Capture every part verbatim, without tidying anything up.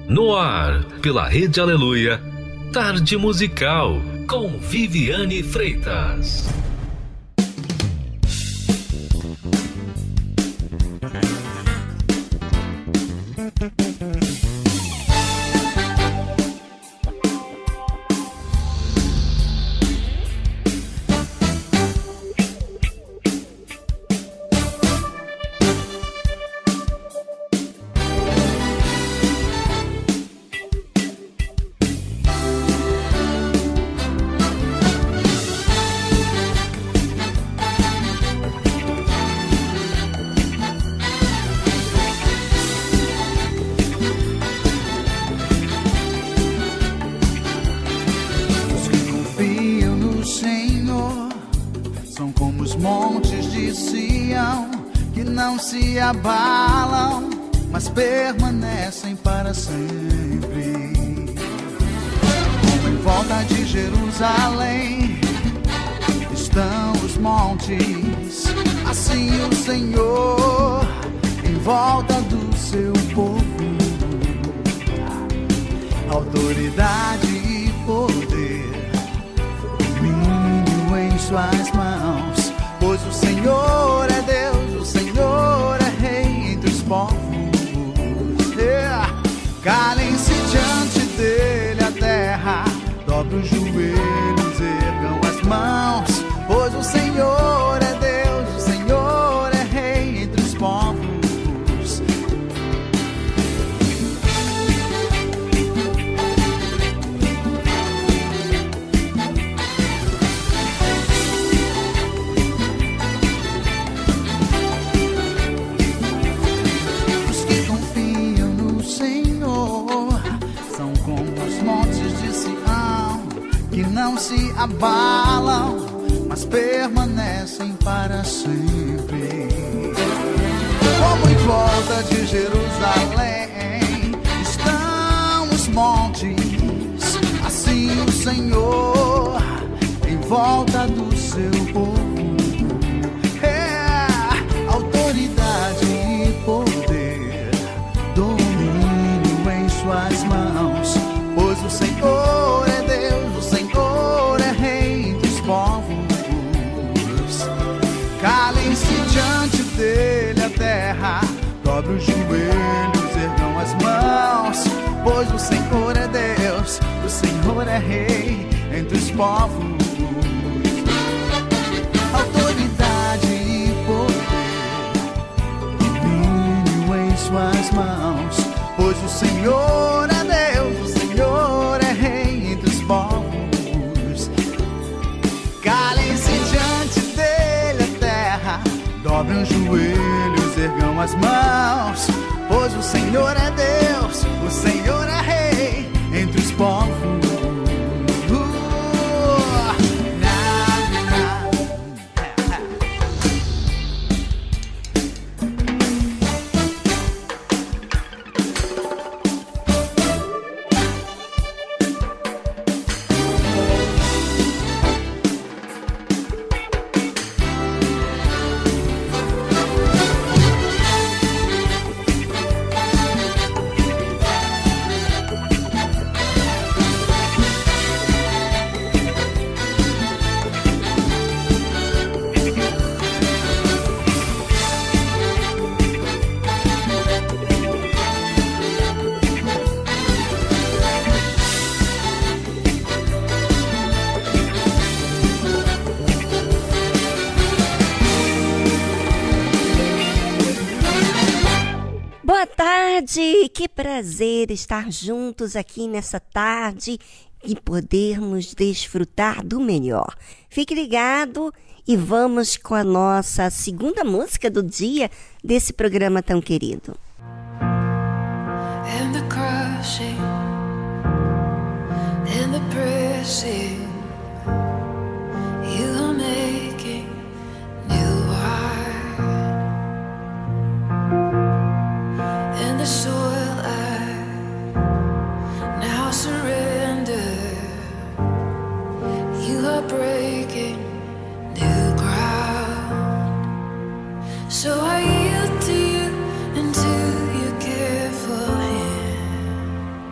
No ar, pela Rede Aleluia, Tarde Musical, com Viviane Freitas. Abalam, mas permanecem para sempre. Como em volta de Jerusalém estão os montes, assim o Senhor em volta do seu povo. Autoridade e poder, domínio em suas mãos, pois o Senhor é Deus, o Senhor é povos, yeah. Calem-se diante dele a terra, dobre os joelhos, ergam as mãos, pois o Senhor é Deus, o Senhor é Rei entre os povos. Não se abalam, mas permanecem para sempre. Como em volta de Jerusalém estão os montes, assim o Senhor em volta do seu povo. É autoridade e poder, domínio em suas mãos, pois o Senhor é Deus, o Senhor é Rei entre os povos. Calem-se diante dele a terra, dobre os joelhos, ergam as mãos, pois o Senhor é Deus, o Senhor é Rei entre os povos. Autoridade e poder, domínio em suas mãos, pois o Senhor é Deus, o Senhor é Rei entre os povos. Calem-se diante dele a terra, dobrem os joelhos, ergam as mãos, pois o Senhor é Deus, o Senhor é Rei entre os povos. Que prazer estar juntos aqui nessa tarde e podermos desfrutar do melhor. Fique ligado e vamos com a nossa segunda música do dia desse programa tão querido. And the crushing, and the pressing, you are making new wine, and the soil surrender, you are breaking new ground. So I yield to you and to your careful hand.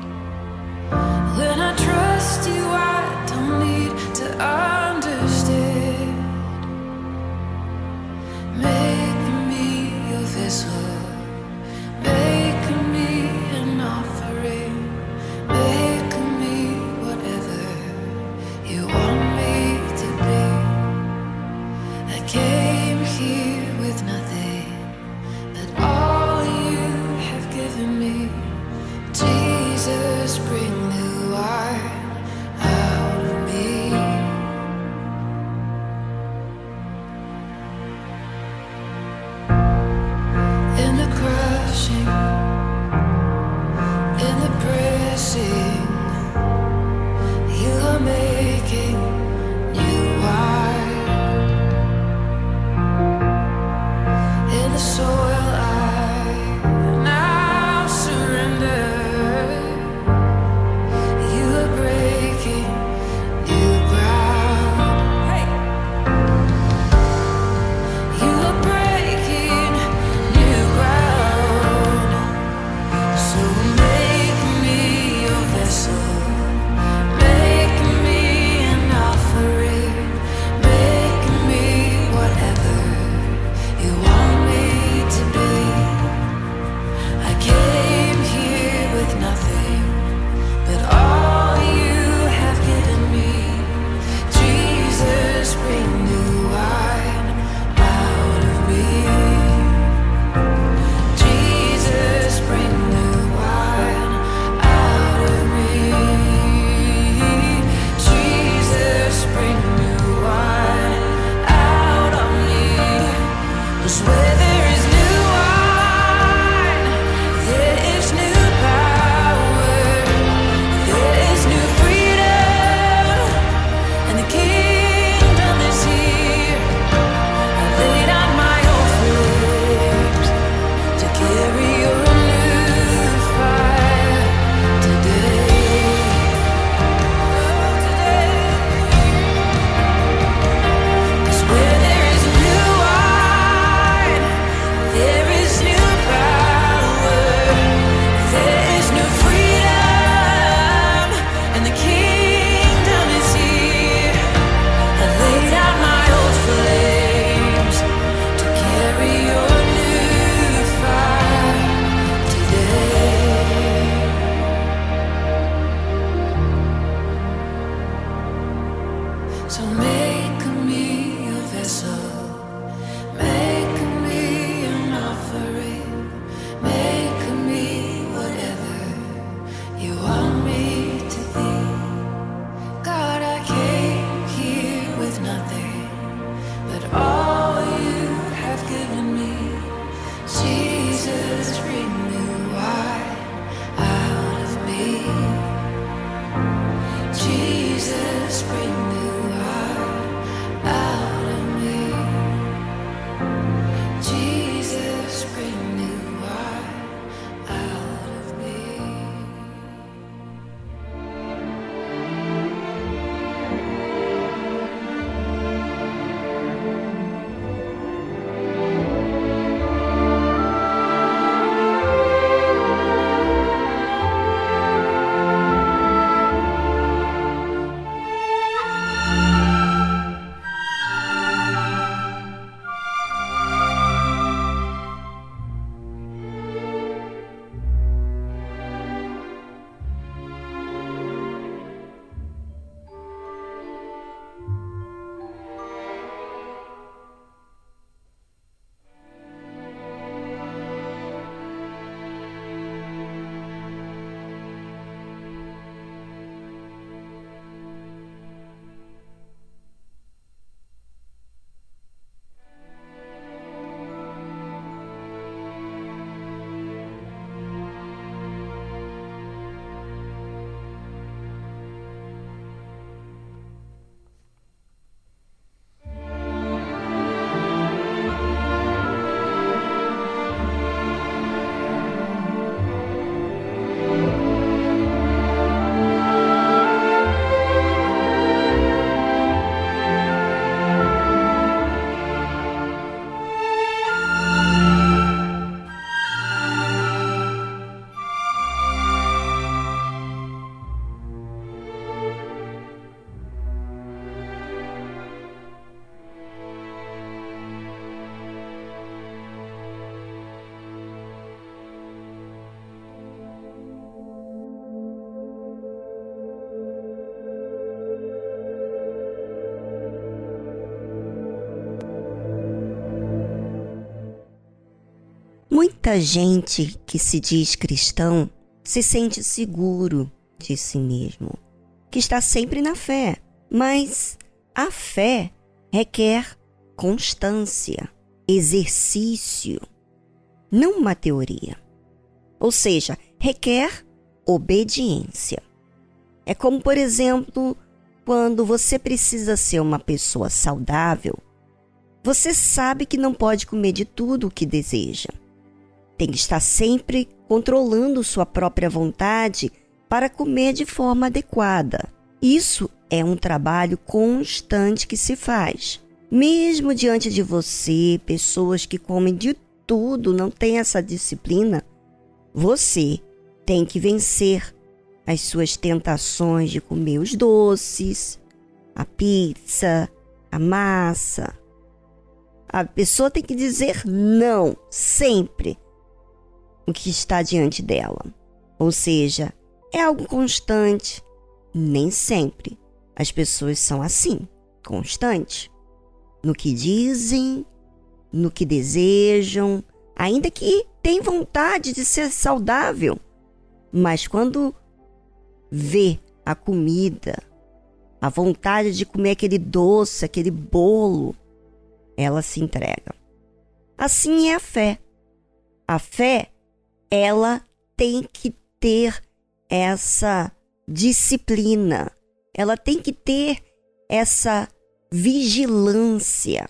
Muita gente que se diz cristão se sente seguro de si mesmo, que está sempre na fé, mas a fé requer constância, exercício, não uma teoria. Ou seja, requer obediência. É como, por exemplo, quando você precisa ser uma pessoa saudável, você sabe que não pode comer de tudo o que deseja. Tem que estar sempre controlando sua própria vontade para comer de forma adequada. Isso é um trabalho constante que se faz. Mesmo diante de você, pessoas que comem de tudo, não têm essa disciplina, você tem que vencer as suas tentações de comer os doces, a pizza, a massa. A pessoa tem que dizer não, sempre, o que está diante dela. Ou seja, é algo constante. Nem sempre as pessoas são assim, constantes. No que dizem, no que desejam, ainda que tenham vontade de ser saudável. Mas quando vê a comida, a vontade de comer aquele doce, aquele bolo, ela se entrega. Assim é a fé. A fé, ela tem que ter essa disciplina. Ela tem que ter essa vigilância.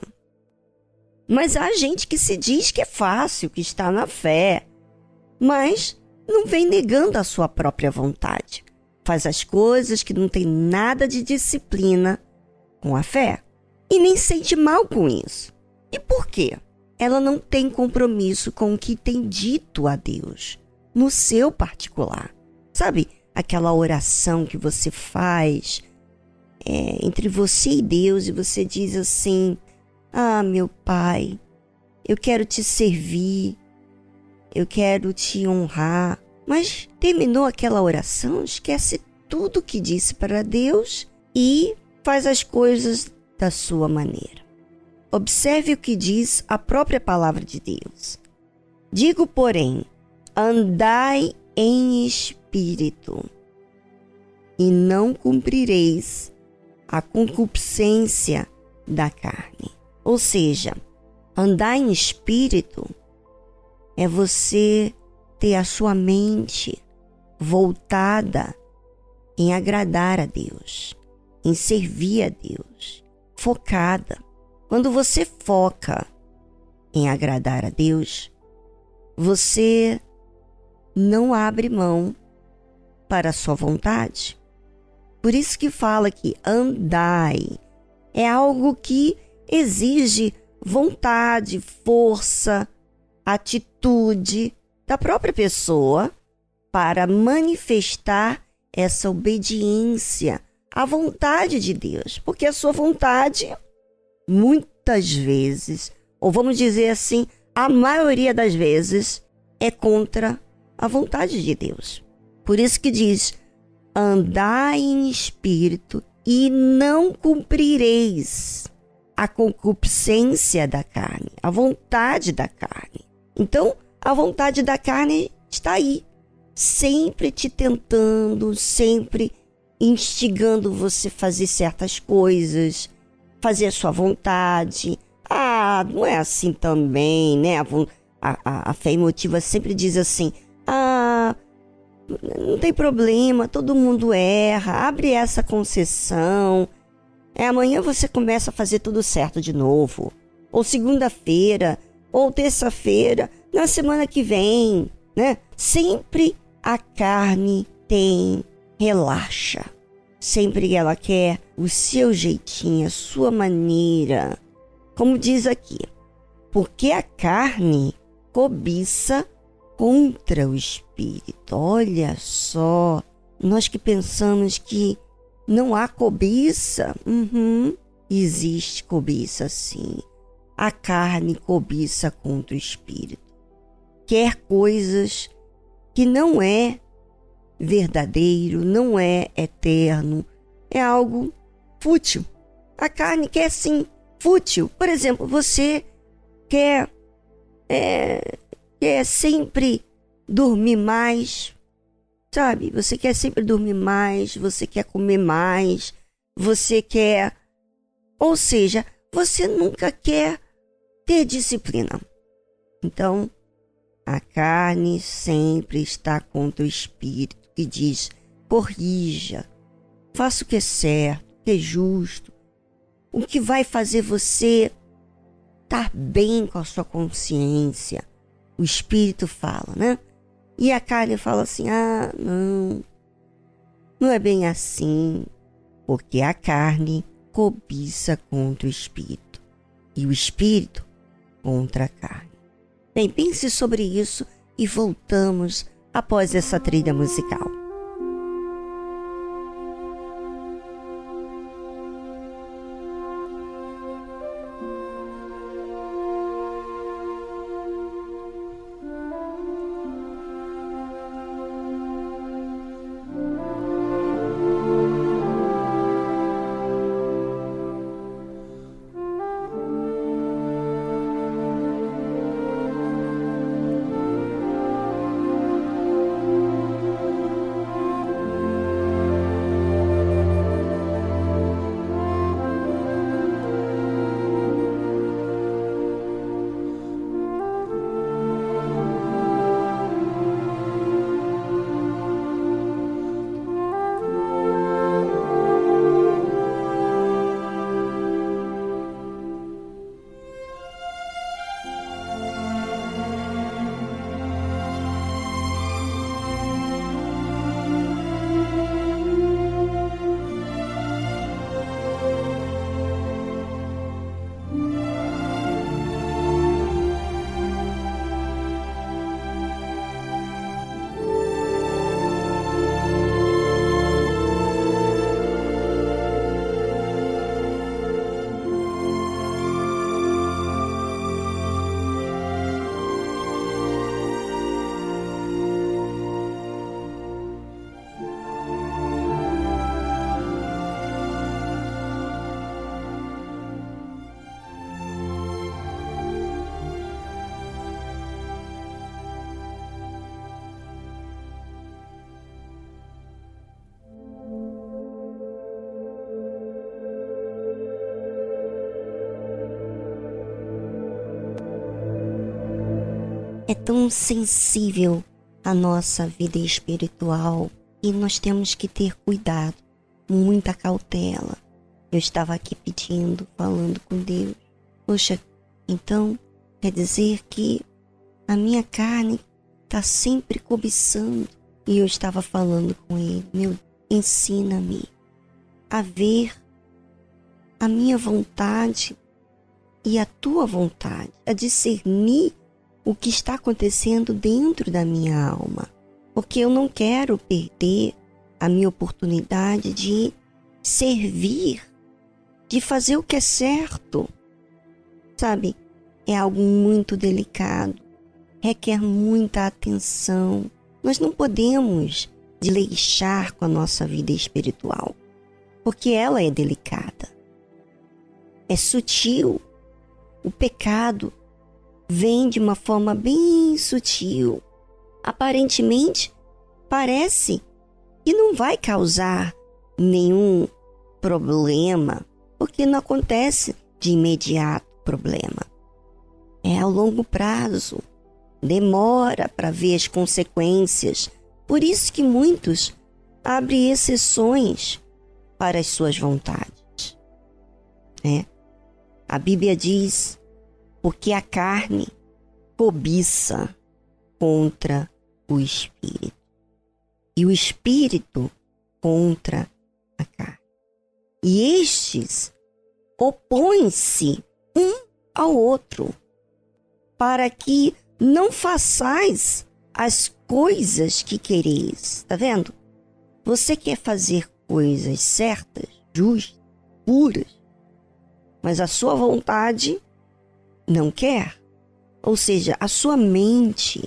Mas há gente que se diz que é fácil, que está na fé, mas não vem negando a sua própria vontade. Faz as coisas que não tem nada de disciplina com a fé. E nem sente mal com isso. E por quê? Ela não tem compromisso com o que tem dito a Deus, no seu particular. Sabe, aquela oração que você faz é, entre você e Deus, e você diz assim: ah, meu Pai, eu quero te servir, eu quero te honrar. Mas terminou aquela oração, esquece tudo que disse para Deus e faz as coisas da sua maneira. Observe o que diz a própria palavra de Deus. Digo, porém, andai em espírito, e não cumprireis a concupiscência da carne. Ou seja, andar em espírito é você ter a sua mente voltada em agradar a Deus, em servir a Deus, focada. Quando você foca em agradar a Deus, você não abre mão para a sua vontade. Por isso que fala que andai é algo que exige vontade, força, atitude da própria pessoa para manifestar essa obediência à vontade de Deus. Porque a sua vontade, muitas vezes, ou vamos dizer assim, a maioria das vezes, é contra a vontade de Deus. Por isso que diz: andai em espírito e não cumprireis a concupiscência da carne, a vontade da carne. Então, a vontade da carne está aí, sempre te tentando, sempre instigando você a fazer certas coisas, fazer a sua vontade. Ah, não é assim também, né? A, a, a fé emotiva sempre diz assim: ah, não tem problema, todo mundo erra, abre essa concessão. É, amanhã você começa a fazer tudo certo de novo. Ou segunda-feira, ou terça-feira, na semana que vem, né? Sempre a carne tem, relaxa. Sempre ela quer o seu jeitinho, a sua maneira. Como diz aqui, porque a carne cobiça contra o espírito. Olha só, nós que pensamos que não há cobiça, uhum, existe cobiça sim. A carne cobiça contra o espírito. Quer coisas que não é verdadeiro, não é eterno, é algo fútil. A carne quer sim, fútil. Por exemplo, você quer é, quer sempre dormir mais, sabe? Você quer sempre dormir mais, você quer comer mais, você quer... Ou seja, você nunca quer ter disciplina. Então, a carne sempre está contra o espírito que diz, corrija, faça o que é certo, o que é justo, o que vai fazer você estar bem com a sua consciência. O espírito fala, né? E a carne fala assim, ah, não, não é bem assim, porque a carne cobiça contra o espírito e o espírito contra a carne. Bem, pense sobre isso e voltamos após essa trilha musical. É tão sensível a nossa vida espiritual e nós temos que ter cuidado, muita cautela. Eu estava aqui pedindo, falando com Deus. Poxa, então quer dizer que a minha carne está sempre cobiçando. E eu estava falando com Ele, meu, ensina-me a ver a minha vontade e a tua vontade, a discernir o que está acontecendo dentro da minha alma, porque eu não quero perder a minha oportunidade de servir, de fazer o que é certo. Sabe, é algo muito delicado, requer muita atenção. Nós não podemos desleixar com a nossa vida espiritual, porque ela é delicada, é sutil. O pecado vem de uma forma bem sutil. Aparentemente, parece que não vai causar nenhum problema, porque não acontece de imediato problema. É a longo prazo, demora para ver as consequências. Por isso que muitos abrem exceções para as suas vontades. É. A Bíblia diz, porque a carne cobiça contra o espírito e o espírito contra a carne. E estes opõem-se um ao outro, para que não façais as coisas que quereis. Está vendo? Você quer fazer coisas certas, justas, puras, mas a sua vontade não quer. Ou seja, a sua mente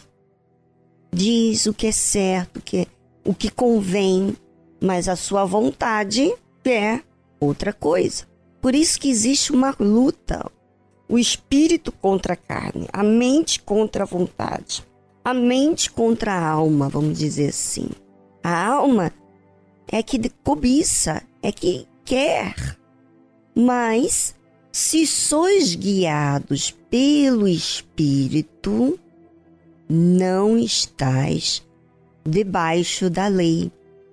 diz o que é certo, o que, o que convém, mas a sua vontade quer outra coisa. Por isso que existe uma luta. o espírito contra a carne, a mente contra a vontade, a mente contra a alma, vamos dizer assim. A alma é que cobiça, é que quer. Mas, se sois guiados pelo Espírito, não estais debaixo da lei.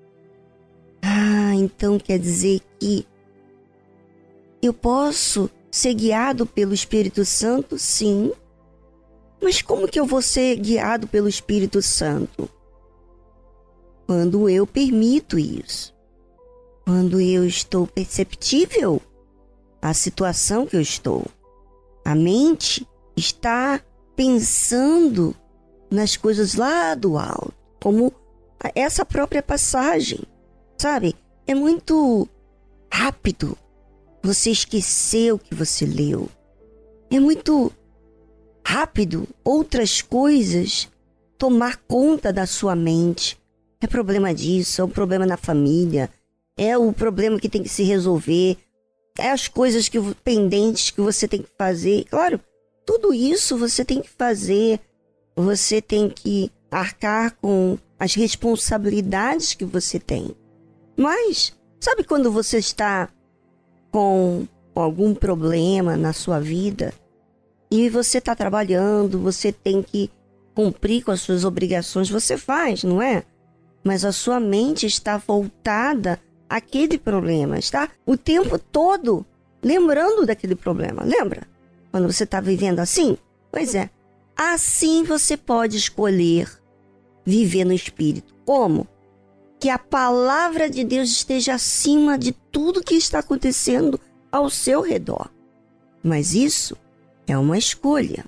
Ah, então quer dizer que eu posso ser guiado pelo Espírito Santo? Sim. Mas como que eu vou ser guiado pelo Espírito Santo? Quando eu permito isso. Quando eu estou perceptível à situação que eu estou. A mente está pensando nas coisas lá do alto, como essa própria passagem, sabe? É muito rápido você esquecer o que você leu. É muito rápido outras coisas tomar conta da sua mente. É problema disso, é um problema na família, é o problema que tem que se resolver, é as coisas que, pendentes que você tem que fazer. Claro, tudo isso você tem que fazer, você tem que arcar com as responsabilidades que você tem. Mas, sabe quando você está com algum problema na sua vida e você está trabalhando, você tem que cumprir com as suas obrigações, você faz, não é? Mas a sua mente está voltada àquele problema, está o tempo todo lembrando daquele problema, lembra? Quando você está vivendo assim? Pois é, assim você pode escolher viver no Espírito. Como? Que a palavra de Deus esteja acima de tudo que está acontecendo ao seu redor. Mas isso é uma escolha.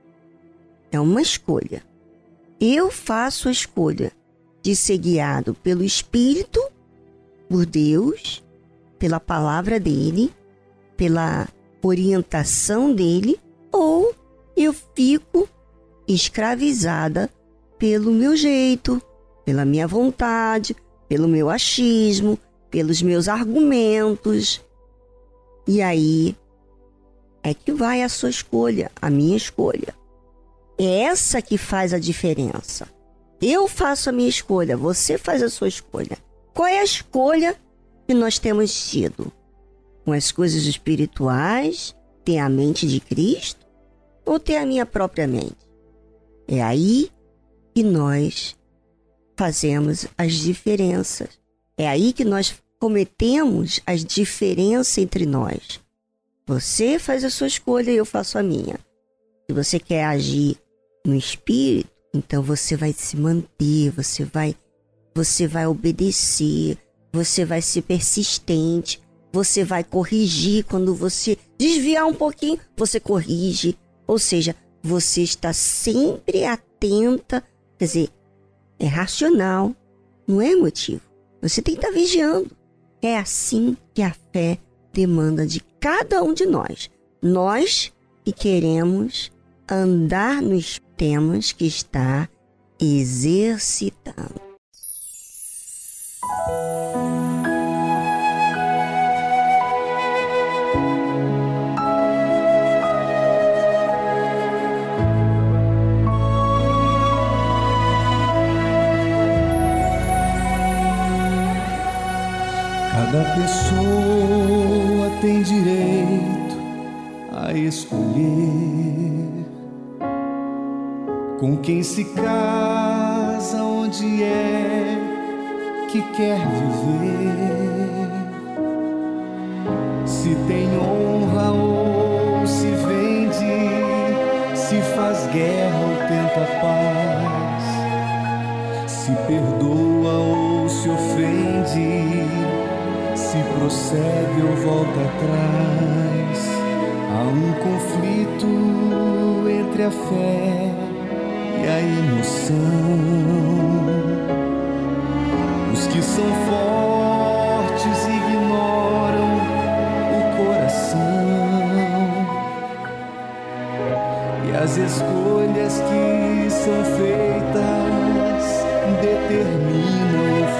É uma escolha. Eu faço a escolha de ser guiado pelo Espírito, por Deus, pela palavra dele, pela orientação dele, ou eu fico escravizada pelo meu jeito, pela minha vontade, pelo meu achismo, pelos meus argumentos. E aí é que vai a sua escolha, a minha escolha. É essa que faz a diferença. Eu faço a minha escolha, você faz a sua escolha. Qual é a escolha que nós temos tido? Com as coisas espirituais, ter a mente de Cristo ou ter a minha própria mente? É aí que nós fazemos as diferenças. É aí que nós cometemos as diferenças entre nós. Você faz a sua escolha e eu faço a minha. Se você quer agir no Espírito, então você vai se manter, você vai, você vai obedecer, você vai ser persistente, você vai corrigir. Quando você desviar um pouquinho, você corrige. Ou seja, você está sempre atenta, quer dizer, é racional, não é emotivo. Você tem que estar vigiando. É assim que a fé demanda de cada um de nós. Nós que queremos andar nos temas que está exercitando. Cada pessoa tem direito a escolher com quem se casa, onde é que quer viver, se tem honra ou se vende, se faz guerra ou tenta paz, se perdoa ou se ofende, se prossegue ou volta atrás. Há um conflito entre a fé e a emoção. Os que são fortes ignoram o coração, e as escolhas que são feitas determinam o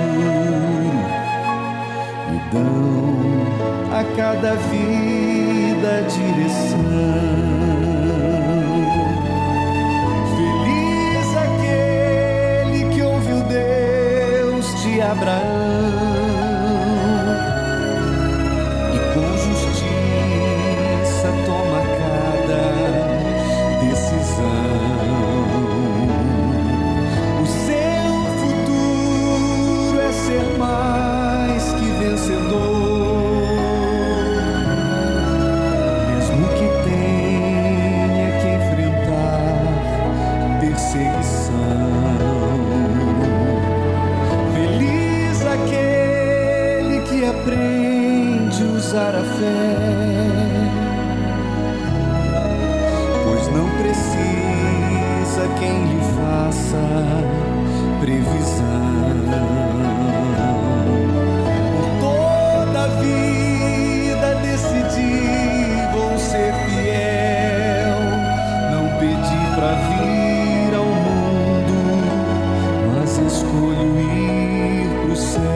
futuro e dão a cada vida vida direção. Feliz aquele que ouviu Deus de Abraão e com justiça toma cada decisão. O seu futuro é ser mais que vencedor. Aprende a usar a fé, pois não precisa quem lhe faça previsão. Por toda a vida decidi vou ser fiel, não pedi pra vir ao mundo, mas escolho ir pro céu.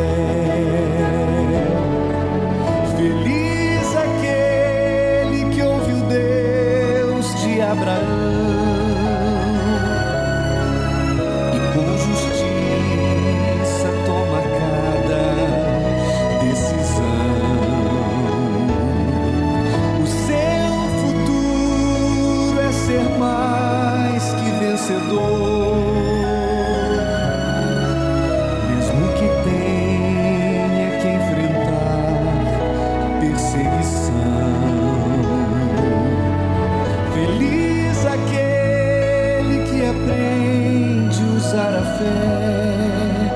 Feliz aquele que ouviu Deus de Abraão e com justiça toma cada decisão. O seu futuro é ser mais que vencedor, mesmo que tenha que enfrentar perseguição. Feliz aquele que aprende a usar a fé,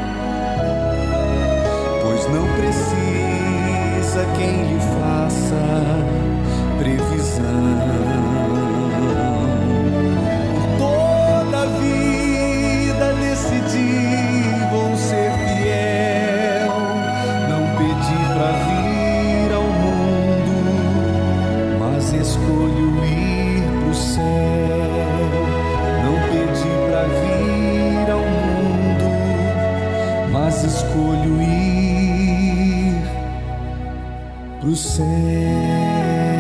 pois não precisa quem lhe faça previsão. Por toda a vida decidi vou ser fiel, não pedi pra vir ao mundo, mas escolho ir pro céu. Não pedi pra vir ao mundo, mas escolho ir pro céu.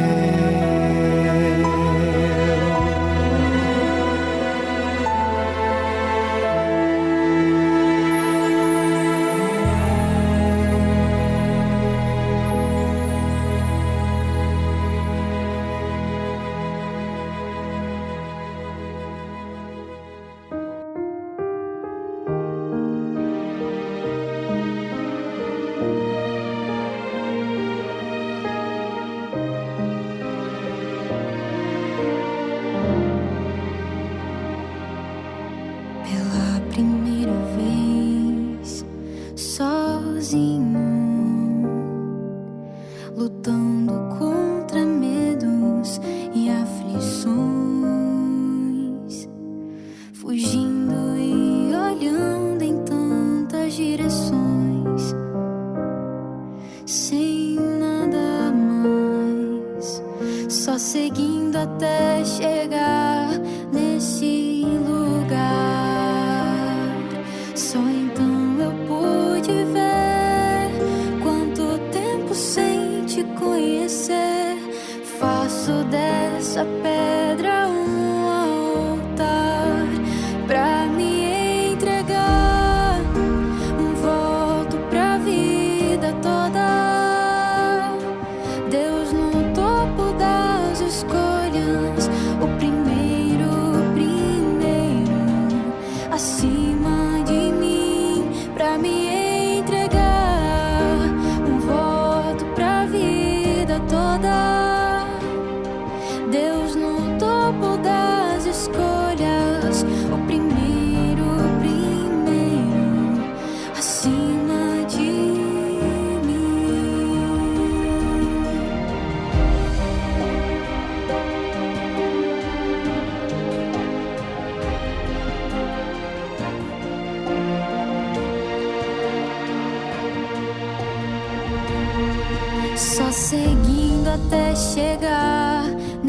Só seguindo até chegar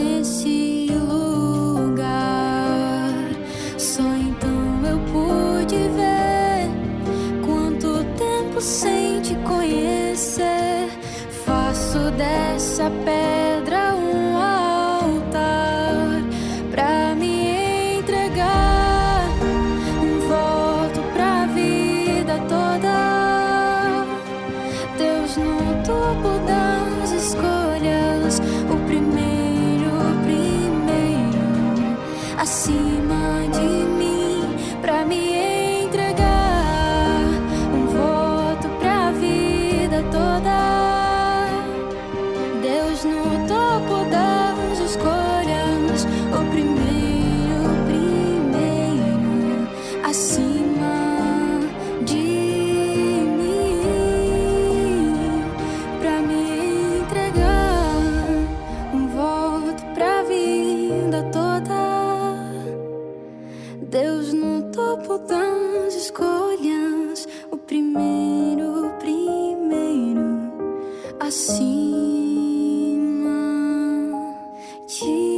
nesse lugar. Só então eu pude ver quanto tempo sem te conhecer. Faço dessa pedra minhas escolhas, o primeiro, o primeiro, acima de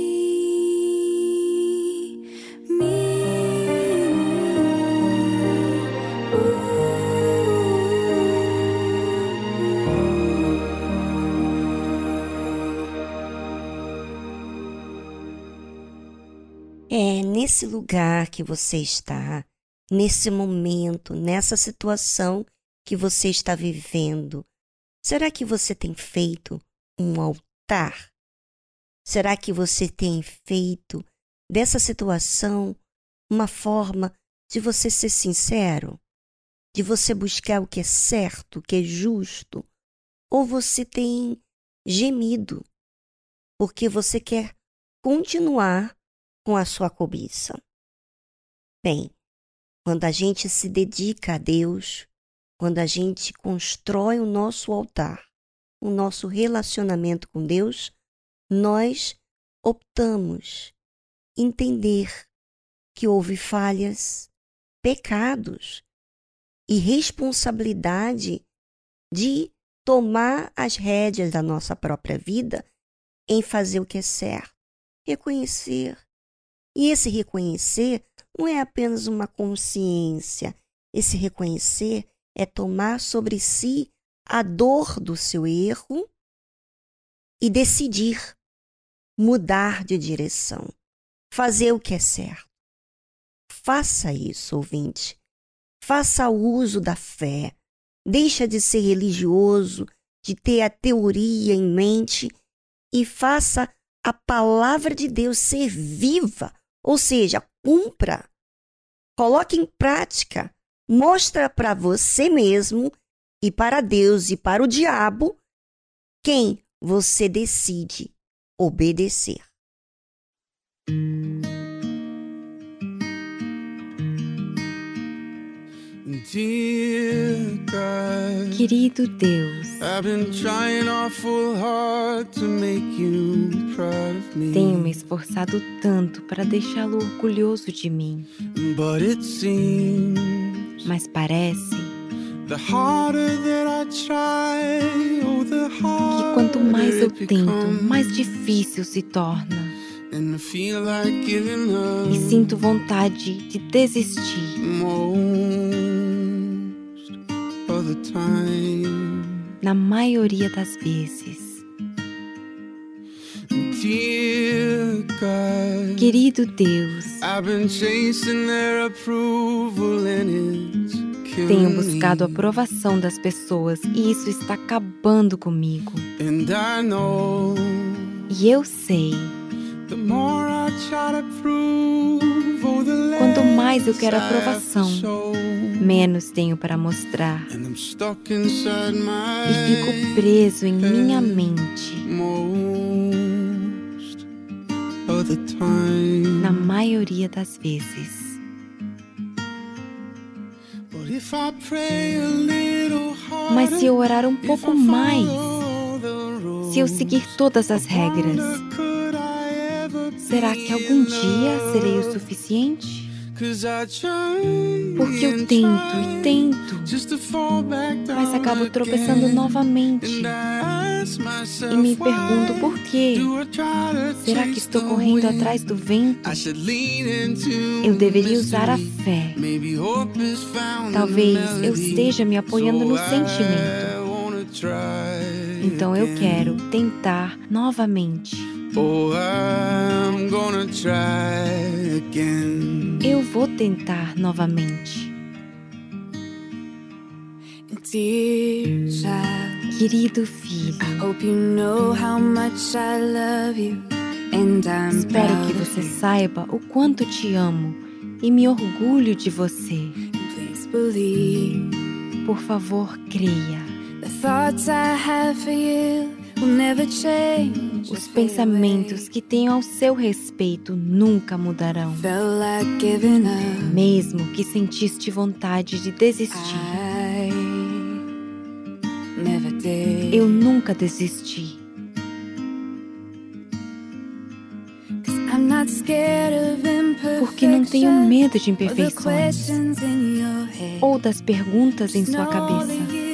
É nesse lugar que você está, nesse momento, nessa situação que você está vivendo. Será que você tem feito um altar? Será que você tem feito dessa situação uma forma de você ser sincero? De você buscar o que é certo, o que é justo? Ou você tem gemido porque você quer continuar com a sua cobiça? Bem, quando a gente se dedica a Deus, quando a gente constrói o nosso altar, o nosso relacionamento com Deus, nós optamos entender que houve falhas, pecados e responsabilidade de tomar as rédeas da nossa própria vida em fazer o que é certo, reconhecer. E esse reconhecer não é apenas uma consciência. Esse reconhecer é tomar sobre si a dor do seu erro e decidir mudar de direção, fazer o que é certo. Faça isso, ouvinte. Faça uso da fé. Deixa de ser religioso, de ter a teoria em mente e faça a palavra de Deus ser viva. Ou seja, cumpra, coloque em prática, mostra para você mesmo e para Deus e para o diabo quem você decide obedecer. Querido Deus, tenho me esforçado tanto para deixá-lo orgulhoso de mim, mas parece que quanto mais eu tento, mais difícil se torna. E sinto vontade de desistir. Na maioria das vezes. Querido Deus, tenho buscado a aprovação das pessoas e isso está acabando comigo. E eu sei, quanto mais eu quero aprovação, menos tenho para mostrar. E fico preso em minha mente. Na maioria das vezes. Mas se eu orar um pouco mais, se eu seguir todas as regras, será que algum dia serei o suficiente? Porque eu tento e tento, mas acabo tropeçando novamente. E me pergunto por quê? Será que estou correndo atrás do vento? Eu deveria usar a fé. Talvez eu esteja me apoiando no sentimento. Então eu quero tentar novamente. Eu vou tentar novamente. Querido filho, espero que você saiba o quanto te amo e me orgulho de você. Por favor, creia. Os pensamentos que tenho ao seu respeito nunca mudarão. Mesmo que sentiste vontade de desistir, eu nunca desisti. porque não tenho medo de imperfeições ou das perguntas em sua cabeça.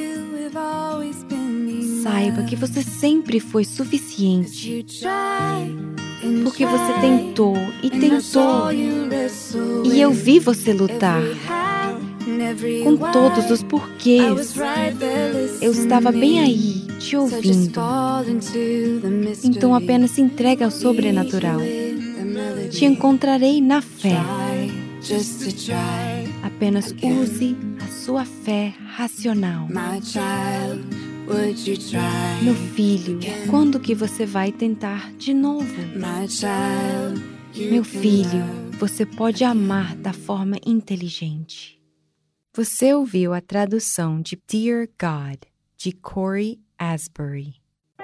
Saiba que você sempre foi suficiente, porque você tentou e tentou, e eu vi você lutar com todos os porquês. Eu estava bem aí, te ouvindo. Então apenas se entregue ao sobrenatural. Te encontrarei na fé. Apenas use a sua fé racional. Meu filho, quando que você vai tentar de novo? Meu filho, você pode amar da forma inteligente. Você ouviu a tradução de Dear God, de Cory Asbury.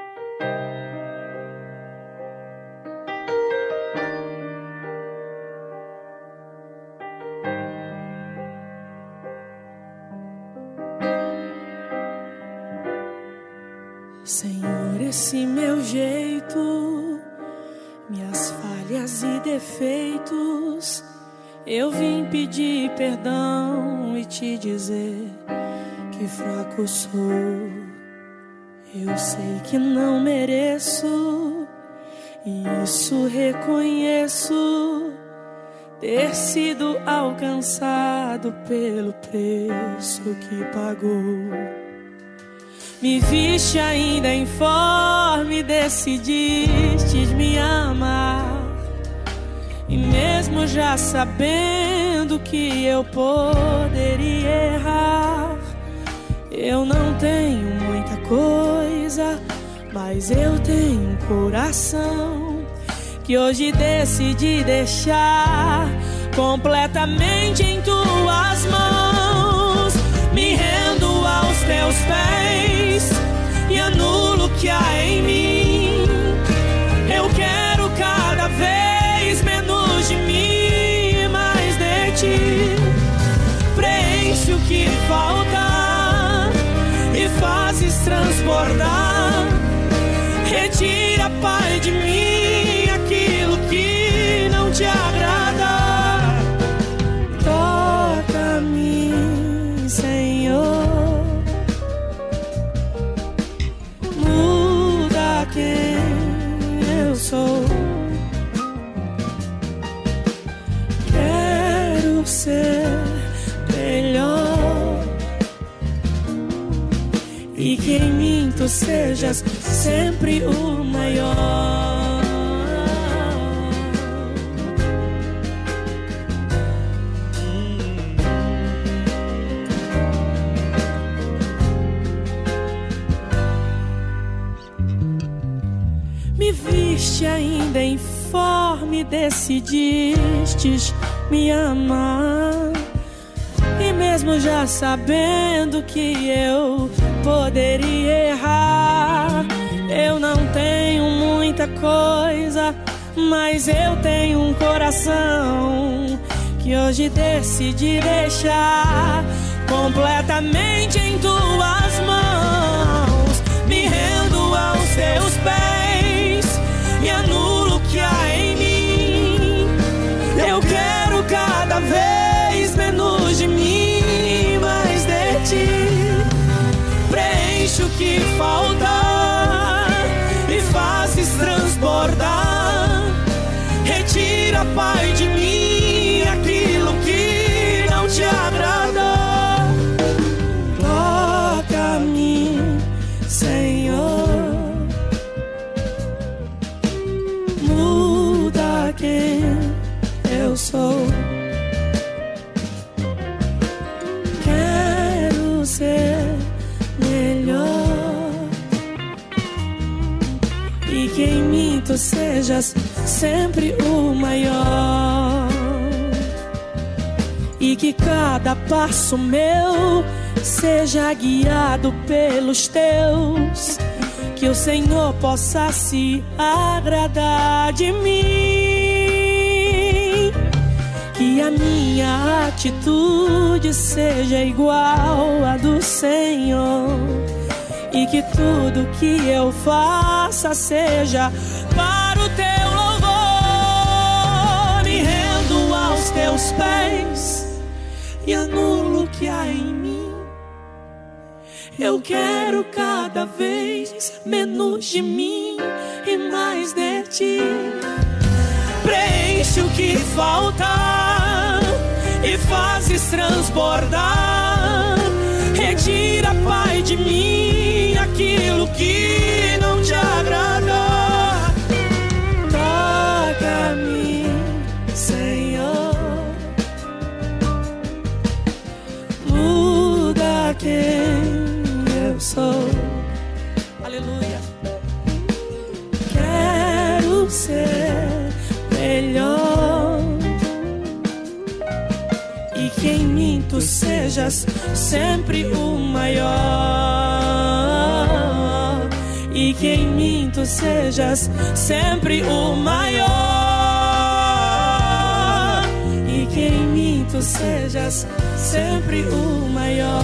Senhor, esse meu jeito, minhas falhas e defeitos, eu vim pedir perdão e te dizer que fraco sou. Eu sei que não mereço, e isso reconheço, ter sido alcançado pelo preço que pagou. Me viste ainda informe, decidistes me amar, e mesmo já sabendo que eu poderia errar, eu não tenho muita coisa, mas eu tenho um coração que hoje decidi deixar completamente em tuas mãos. Me rendo aos teus pés e anulo o que há em mim. Eu quero cada vez menos de mim e mais de ti. Preenche o que falta e fazes transbordar. Retira, Pai, de mim aquilo que não te agrada. Toca-me, Senhor, muda quem eu sou. Quero ser melhor e que em mim tu sejas sempre o maior. Me viste ainda informe, decidistes me amar, e mesmo já sabendo que eu poderia errar, eu não tenho muita coisa, mas eu tenho um coração que hoje decidi deixar completamente em tuas mãos. Me rendo aos teus pés e anulo o que há em mim. Eu quero cada vez menos de mim, mais de ti. Preenche o que falta e fazes transbordar. Retira, Pai, de mim aquilo que não te agrada. Toca-me, Senhor, muda quem eu sou. Quero ser melhor e que em mim tu sejas sempre o maior, e que cada passo meu seja guiado pelos teus, que o Senhor possa se agradar de mim, que a minha atitude seja igual à do Senhor, e que tudo que eu faça seja para o teu louvor. Me rendo aos teus pés e anulo o que há em mim. Eu quero cada vez menos de mim e mais de ti. Preenche o que falta e fazes transbordar. Retira, Pai, de mim aquilo que não te agrada. Toca-me, Senhor. Muda quem eu sou. Aleluia. Quero ser melhor e que em mim tu sejas sempre o maior, e que em mim tu sejas sempre o maior, e que em mim tu sejas sempre o maior.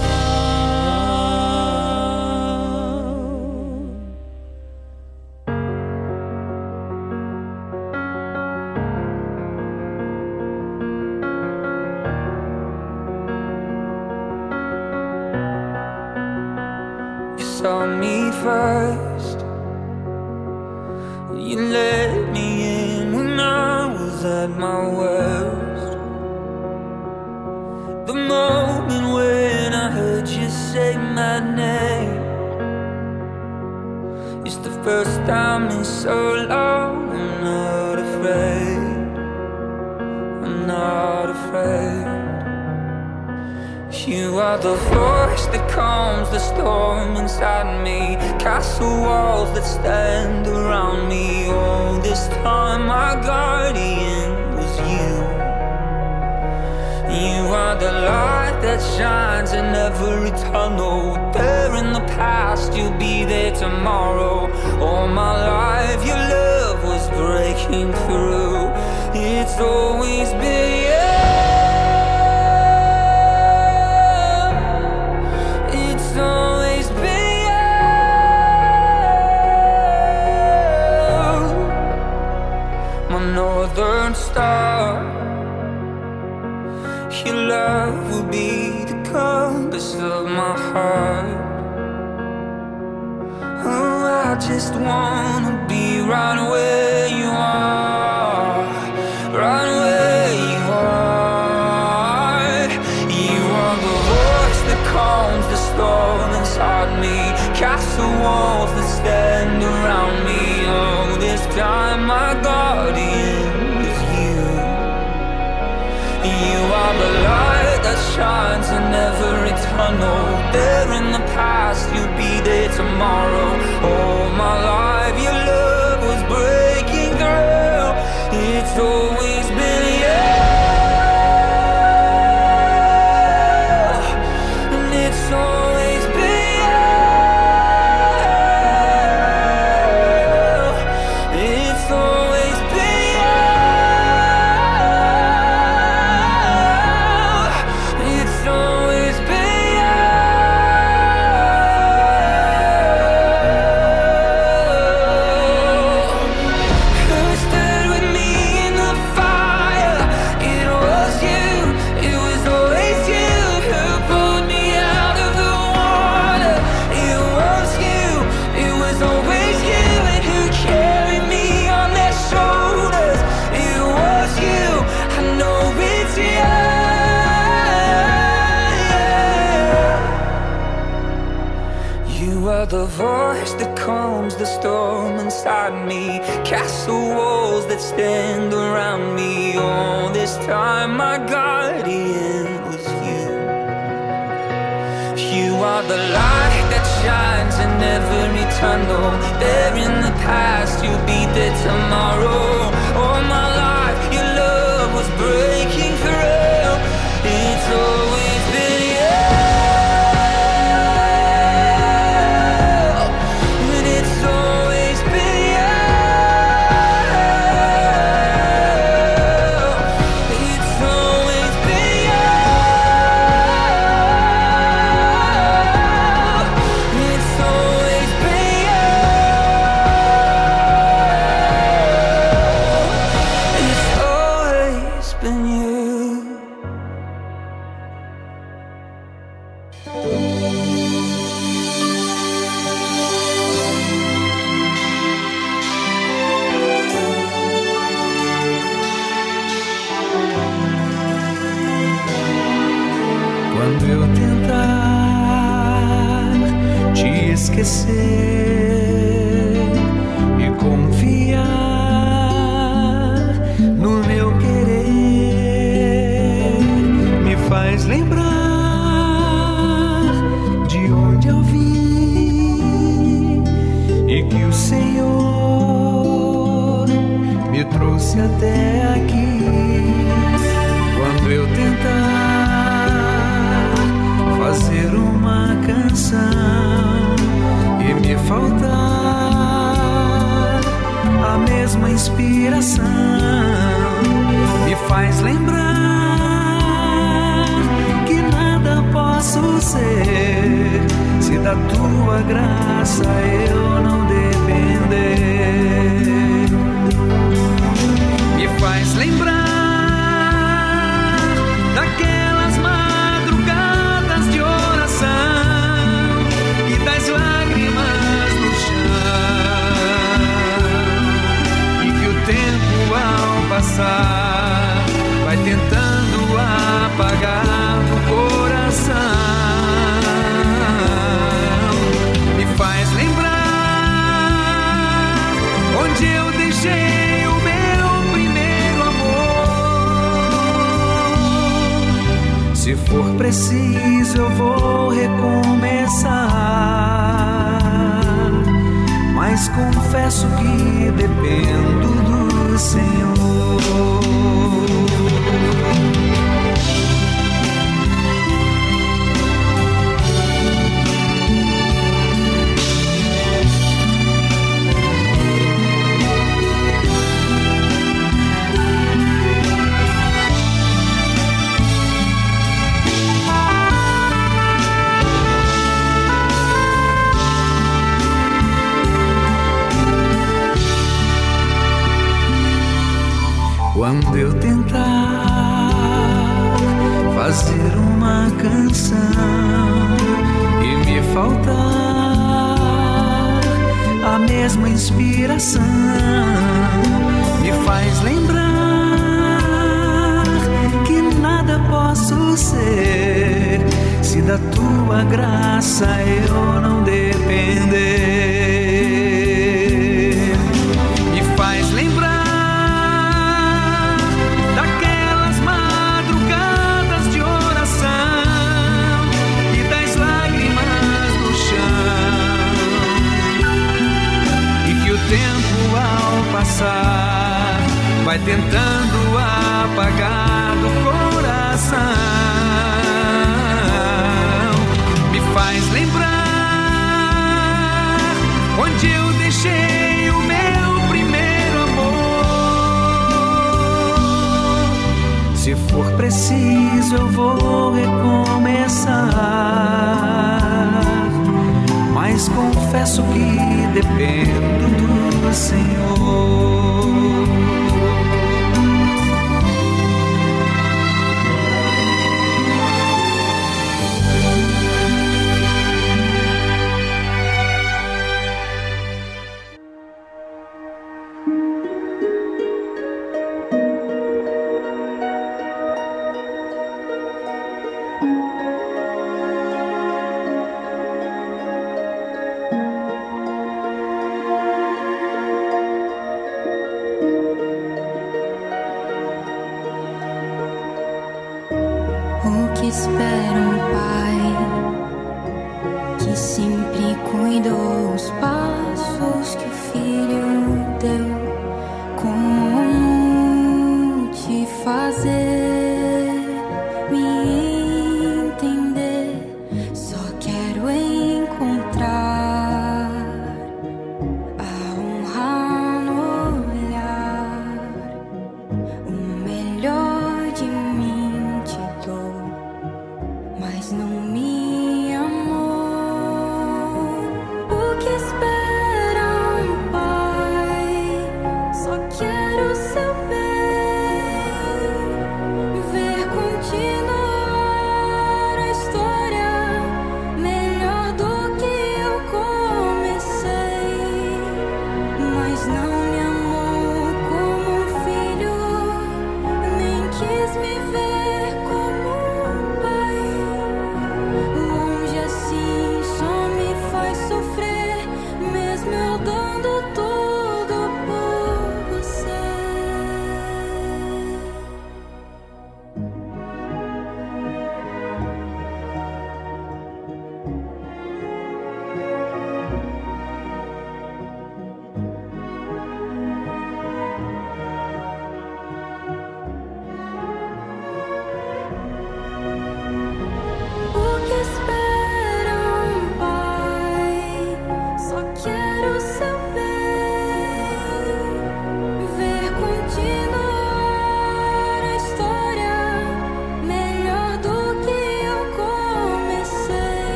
Saw me first. You let me in when I was at my worst. The moment when I heard you say my name, it's the first time in so long. I'm not afraid, I'm not afraid. You are the voice that calms the storm inside me, castle walls that stand around me. All this time my guardian was you. You are the light that shines in every tunnel. There in the past, you'll be there tomorrow. All my life your love was breaking through. It's always been you. Northern star, your love will be the compass of my heart. Oh, I just wanna be right where you are, right where you are. You are the voice that calms the storm inside me, castle walls that stand around me. Oh, this time my guardian is you. You are the light that shines in every tunnel. There in the past, you'll be there tomorrow. All my life your love was breaking through. It's always been you. And it's always been you. It's always been you. It's always been you. Who stood with me in the fire? It was you. It was always you who pulled me out of the water. It was you. It was always you, and who carried me on their shoulders. It was you. I know it's you. You are the voice that calms the storm inside me, castle walls that stand around me. All this time my guardian was you. You are the light that shines in every tunnel. There in the past, you'll be there tomorrow. All my life your love was breaking through. It's always been you. And it's always been you. It's always been you. It's always been you. It's always been you. Quando eu tentar te esquecer e confiar no meu querer, me faz lembrar de onde eu vim e que o Senhor me trouxe até aqui. Quando eu tentar fazer uma canção e me faltar a mesma inspiração, me faz lembrar que nada posso ser se da tua graça eu não depender. Me faz lembrar daquelas madrugadas de oração e das lágrimas no chão, e que o tempo ao passar vai tentando apagar o coração. Me faz lembrar onde eu deixei o meu primeiro amor. Se for preciso eu vou recomeçar, mas confesso que dependo do Senhor. Quando eu tentar fazer uma canção e me faltar a mesma inspiração, me faz lembrar que nada posso ser se da tua graça eu não depender. Me faz lembrar tempo ao passar vai tentando apagar do coração. Me faz lembrar onde eu deixei o meu primeiro amor. Se for preciso eu vou recomeçar, mas confesso que dependo do Senhor.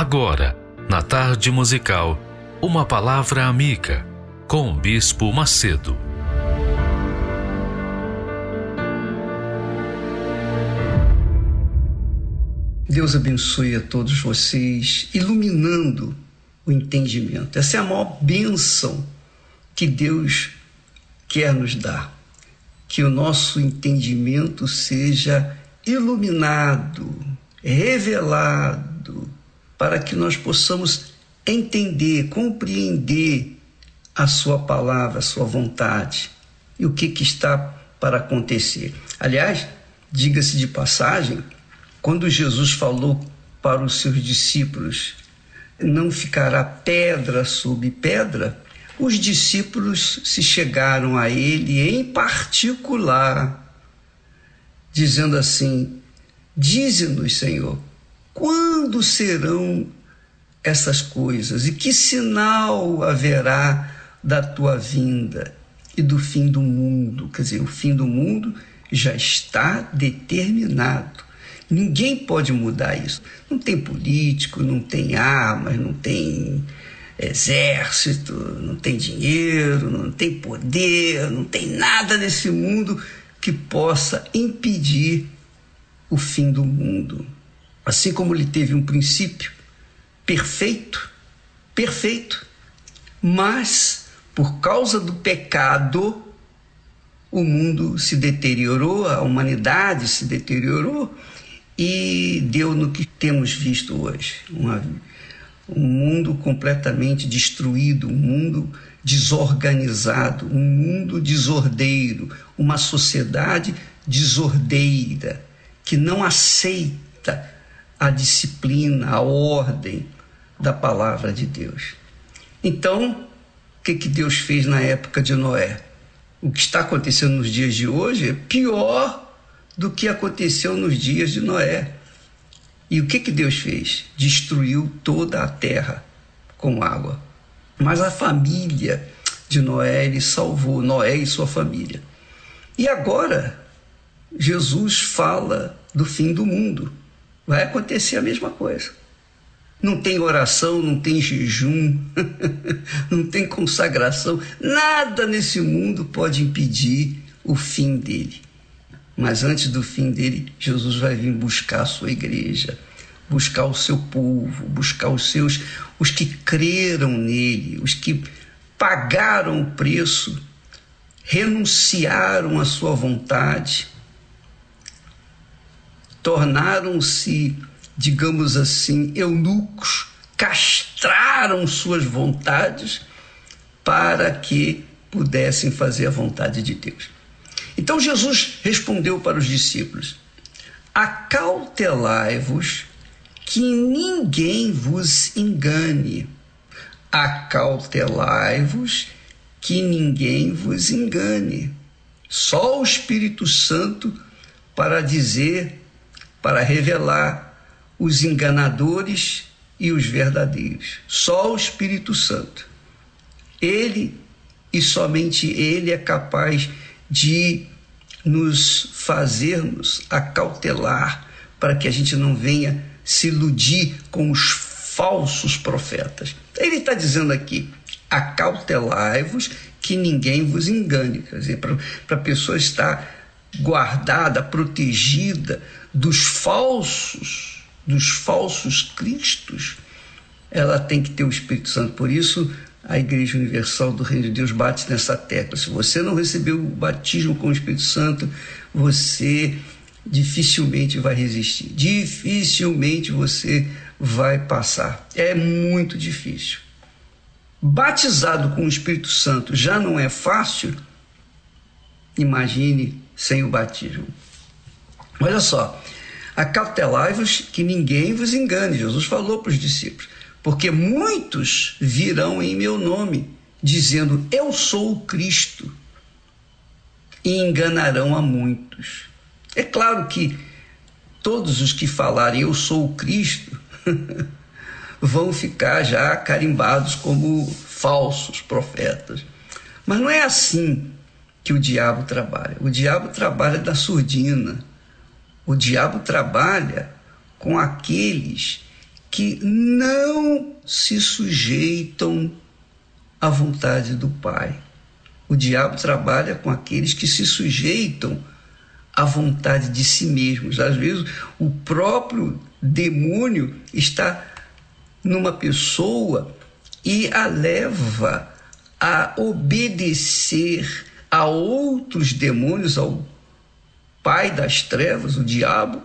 Agora, na tarde musical, uma palavra amiga, com o Bispo Macedo. Deus abençoe a todos vocês, iluminando o entendimento. Essa é a maior bênção que Deus quer nos dar. Que o nosso entendimento seja iluminado, revelado, para que nós possamos entender, compreender a sua palavra, a sua vontade e o que, que está para acontecer. Aliás, diga-se de passagem, quando Jesus falou para os seus discípulos, não ficará pedra sobre pedra, os discípulos se chegaram a ele em particular, dizendo assim: dize-nos, Senhor, quando serão essas coisas e que sinal haverá da tua vinda e do fim do mundo? Quer dizer, o fim do mundo já está determinado. Ninguém pode mudar isso. Não tem político, não tem armas, não tem exército, não tem dinheiro, não tem poder, não tem nada nesse mundo que possa impedir o fim do mundo. Assim como ele teve um princípio perfeito, perfeito, mas por causa do pecado, o mundo se deteriorou, a humanidade se deteriorou e deu no que temos visto hoje. Uma, um mundo completamente destruído, um mundo desorganizado, um mundo desordeiro, uma sociedade desordeira, que não aceita a disciplina, a ordem da palavra de Deus. Então, o que, que Deus fez na época de Noé? O que está acontecendo nos dias de hoje é pior do que aconteceu nos dias de Noé. E o que, que Deus fez? Destruiu toda a terra com água. Mas a família de Noé, ele salvou Noé e sua família. E agora, Jesus fala do fim do mundo. Vai acontecer a mesma coisa. Não tem oração, não tem jejum, não tem consagração. Nada nesse mundo pode impedir o fim dele. Mas antes do fim dele, Jesus vai vir buscar a sua igreja, buscar o seu povo, buscar os seus, os que creram nele, os que pagaram o preço, renunciaram à sua vontade, tornaram-se, digamos assim, eunucos, castraram suas vontades para que pudessem fazer a vontade de Deus. Então Jesus respondeu para os discípulos: acautelai-vos que ninguém vos engane. Acautelai-vos que ninguém vos engane. Só o Espírito Santo para dizer, para revelar os enganadores e os verdadeiros. Só o Espírito Santo. Ele e somente Ele é capaz de nos fazermos acautelar para que a gente não venha se iludir com os falsos profetas. Ele está dizendo aqui: acautelai-vos que ninguém vos engane. Quer dizer, para a pessoa estar guardada, protegida dos falsos, dos falsos cristos, ela tem que ter o Espírito Santo. Por isso, a Igreja Universal do Reino de Deus bate nessa tecla. Se você não recebeu o batismo com o Espírito Santo, você dificilmente vai resistir. Dificilmente você vai passar. É muito difícil. Batizado com o Espírito Santo já não é fácil, imagine sem o batismo. Olha só, acautelai-vos que ninguém vos engane. Jesus falou para os discípulos: porque muitos virão em meu nome, dizendo, eu sou o Cristo, e enganarão a muitos. É claro que todos os que falarem, eu sou o Cristo, vão ficar já carimbados como falsos profetas. Mas não é assim que o diabo trabalha. O diabo trabalha da surdina. O diabo trabalha com aqueles que não se sujeitam à vontade do Pai. O diabo trabalha com aqueles que se sujeitam à vontade de si mesmos. Às vezes, o próprio demônio está numa pessoa e a leva a obedecer a outros demônios, ao pai das trevas, o diabo,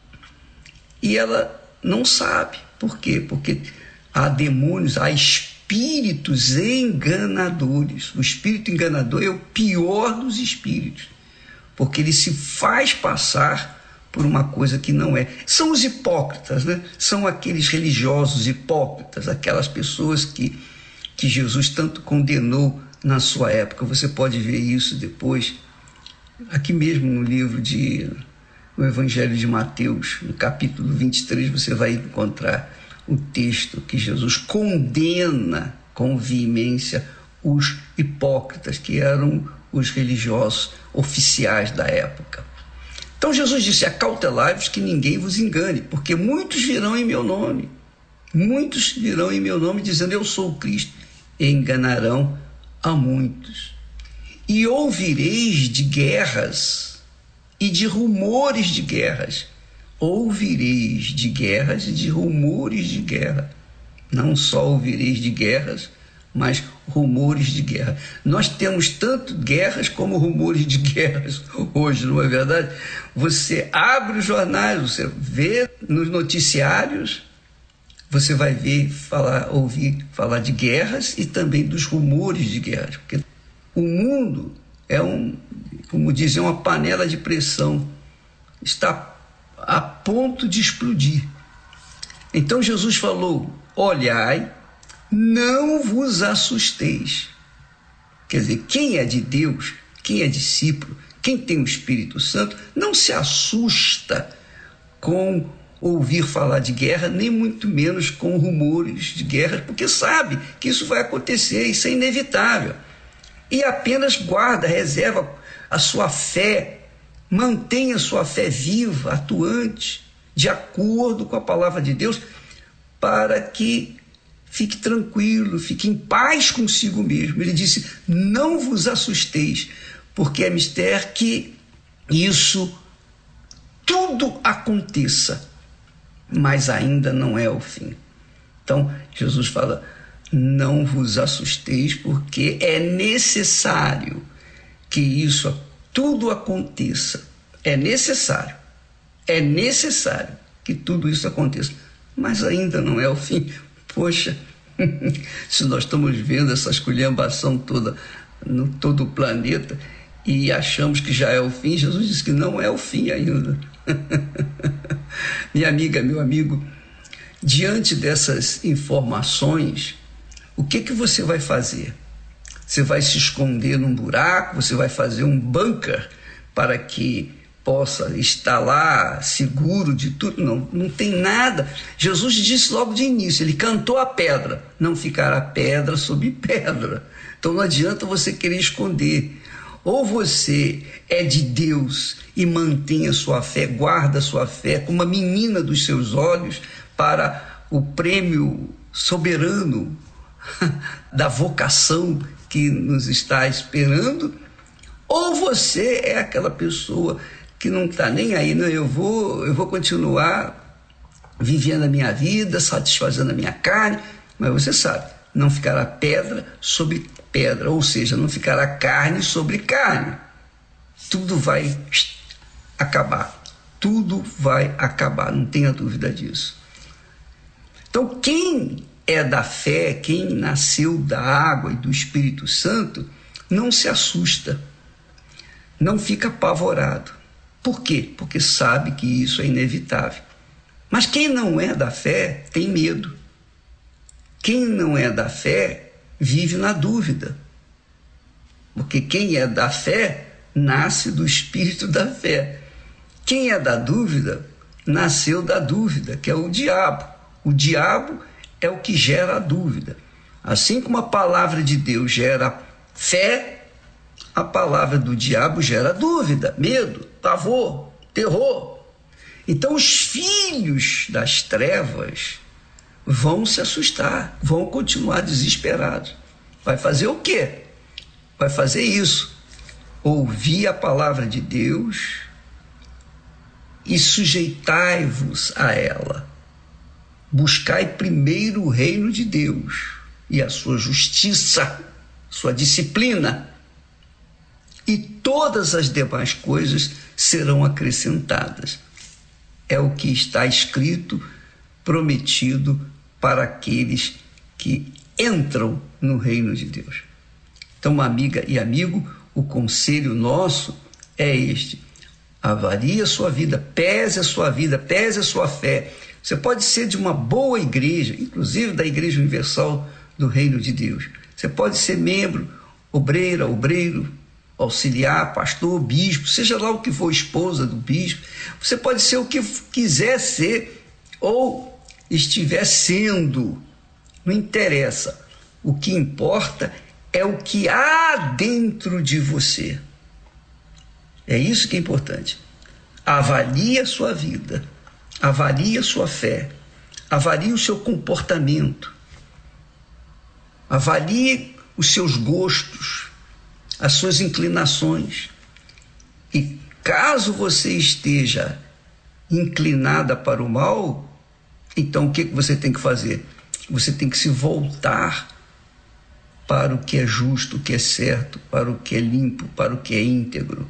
e ela não sabe. Por quê? Porque há demônios, há espíritos enganadores. O espírito enganador é o pior dos espíritos, porque ele se faz passar por uma coisa que não é. São os hipócritas, né? São aqueles religiosos hipócritas, aquelas pessoas que, que Jesus tanto condenou na sua época. Você pode ver isso depois, aqui mesmo no livro de no Evangelho de Mateus, no capítulo vinte e três, você vai encontrar o texto que Jesus condena com veemência os hipócritas, que eram os religiosos oficiais da época. Então Jesus disse: acautelai-vos que ninguém vos engane, porque muitos virão em meu nome, muitos virão em meu nome dizendo eu sou o Cristo, e enganarão a muitos. E ouvireis de guerras e de rumores de guerras. Ouvireis de guerras e de rumores de guerra. Não só ouvireis de guerras, mas rumores de guerra. Nós temos tanto guerras como rumores de guerras hoje, não é verdade? Você abre os jornais, você vê nos noticiários, você vai ver, falar, ouvir falar de guerras e também dos rumores de guerras. Porque o mundo é um, como dizem, uma panela de pressão. Está a ponto de explodir. Então Jesus falou: olhai, não vos assusteis. Quer dizer, quem é de Deus, quem é discípulo, quem tem o Espírito Santo, não se assusta com ouvir falar de guerra, nem muito menos com rumores de guerra, porque sabe que isso vai acontecer, isso é inevitável. E apenas guarda, reserva a sua fé, mantenha a sua fé viva, atuante, de acordo com a palavra de Deus, para que fique tranquilo, fique em paz consigo mesmo. Ele disse: não vos assusteis, porque é mistério que isso tudo aconteça, mas ainda não é o fim. Então, Jesus fala: não vos assusteis, porque é necessário que isso tudo aconteça. É necessário, é necessário que tudo isso aconteça, mas ainda não é o fim. Poxa, se nós estamos vendo essa esculhambação toda no todo o planeta e achamos que já é o fim, Jesus disse que não é o fim ainda. Minha amiga, meu amigo, diante dessas informações, o que que você vai fazer? Você vai se esconder num buraco? Você vai fazer um bunker para que possa estar lá seguro de tudo? Não, não tem nada. Jesus disse logo de início, ele cantou a pedra: não ficará pedra sobre pedra. Então não adianta você querer esconder. Ou você é de Deus e mantém a sua fé, guarda a sua fé como uma menina dos seus olhos para o prêmio soberano da vocação que nos está esperando, ou você é aquela pessoa que não está nem aí, não, eu vou, eu vou continuar vivendo a minha vida, satisfazendo a minha carne, mas você sabe, não ficará pedra sobre pedra, ou seja, não ficará carne sobre carne. Tudo vai acabar, tudo vai acabar, não tenha dúvida disso. Então, quem é da fé, quem nasceu da água e do Espírito Santo, não se assusta, não fica apavorado. Por quê? Porque sabe que isso é inevitável. Mas quem não é da fé tem medo. Quem não é da fé vive na dúvida. Porque quem é da fé nasce do espírito da fé. Quem é da dúvida nasceu da dúvida, que é o diabo. O diabo é o que gera a dúvida. Assim como a palavra de Deus gera fé, a palavra do diabo gera dúvida, medo, pavor, terror. Então os filhos das trevas vão se assustar, vão continuar desesperados. Vai fazer o quê? Vai fazer isso. Ouvir a palavra de Deus e sujeitai-vos a ela. Buscai primeiro o reino de Deus e a sua justiça, sua disciplina, e todas as demais coisas serão acrescentadas. É o que está escrito, prometido para aqueles que entram no reino de Deus. Então, amiga e amigo, o conselho nosso é este: avalie a sua vida, pese a sua vida, pese a sua fé. Você pode ser de uma boa igreja, inclusive da Igreja Universal do Reino de Deus. Você pode ser membro, obreira, obreiro, auxiliar, pastor, bispo, seja lá o que for, esposa do bispo. Você pode ser o que quiser ser ou estiver sendo. Não interessa. O que importa é o que há dentro de você. É isso que é importante. Avalie a sua vida, avalie a sua fé, avalie o seu comportamento, avalie os seus gostos, as suas inclinações. E caso você esteja inclinada para o mal, então o que você tem que fazer? Você tem que se voltar para o que é justo, o que é certo, para o que é limpo, para o que é íntegro.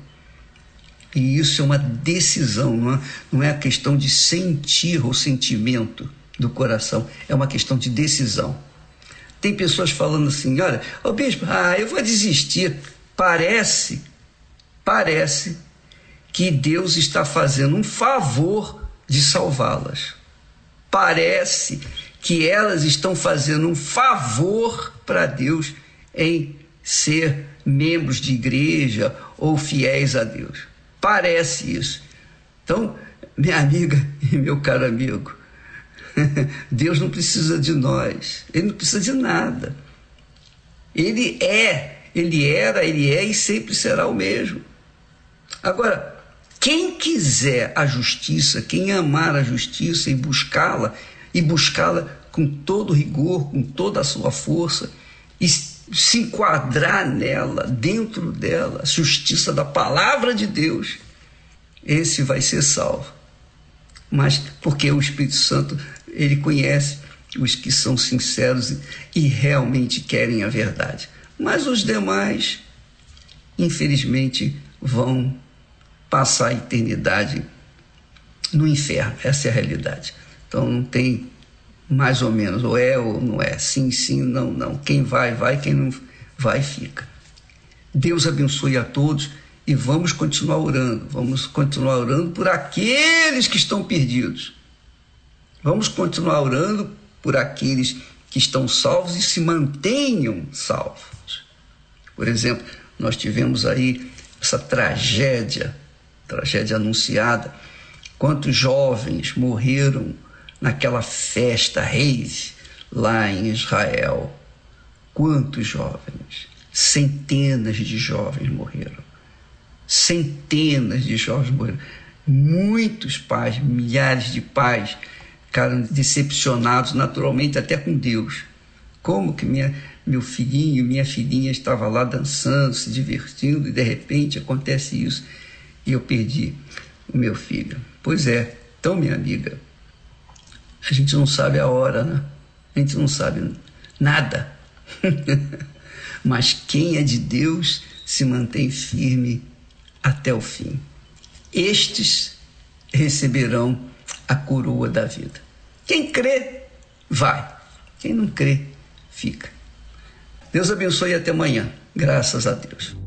E isso é uma decisão, não é, não é a questão de sentir ou sentimento do coração, é uma questão de decisão. Tem pessoas falando assim: olha, ô bispo, ah, eu vou desistir. Parece, parece que Deus está fazendo um favor de salvá-las. Parece que elas estão fazendo um favor para Deus em ser membros de igreja ou fiéis a Deus. Parece isso. Então, minha amiga e meu caro amigo, Deus não precisa de nós, Ele não precisa de nada. Ele é, Ele era, Ele é e sempre será o mesmo. Agora, quem quiser a justiça, quem amar a justiça e buscá-la, e buscá-la com todo rigor, com toda a sua força, e se enquadrar nela, dentro dela, a justiça da palavra de Deus, esse vai ser salvo. Mas porque o Espírito Santo, ele conhece os que são sinceros e realmente querem a verdade. Mas os demais, infelizmente, vão passar a eternidade no inferno. Essa é a realidade. Então não tem mais ou menos, ou é ou não é, sim, sim, não, não. Quem vai, vai, quem não vai, fica. Deus abençoe a todos e vamos continuar orando, vamos continuar orando por aqueles que estão perdidos. Vamos continuar orando por aqueles que estão salvos e se mantenham salvos. Por exemplo, nós tivemos aí essa tragédia, tragédia anunciada. Quantos jovens morreram naquela festa rave lá em Israel? Quantos jovens? Centenas de jovens morreram. Centenas de jovens morreram. Muitos pais, milhares de pais ficaram decepcionados, naturalmente, até com Deus. Como que minha, meu filhinho, minha filhinha estava lá dançando, se divertindo, e de repente acontece isso, e eu perdi o meu filho. Pois é. Então, minha amiga, a gente não sabe a hora, né? A gente não sabe nada. Mas quem é de Deus se mantém firme até o fim. Estes receberão a coroa da vida. Quem crê, vai. Quem não crê, fica. Deus abençoe e até amanhã. Graças a Deus.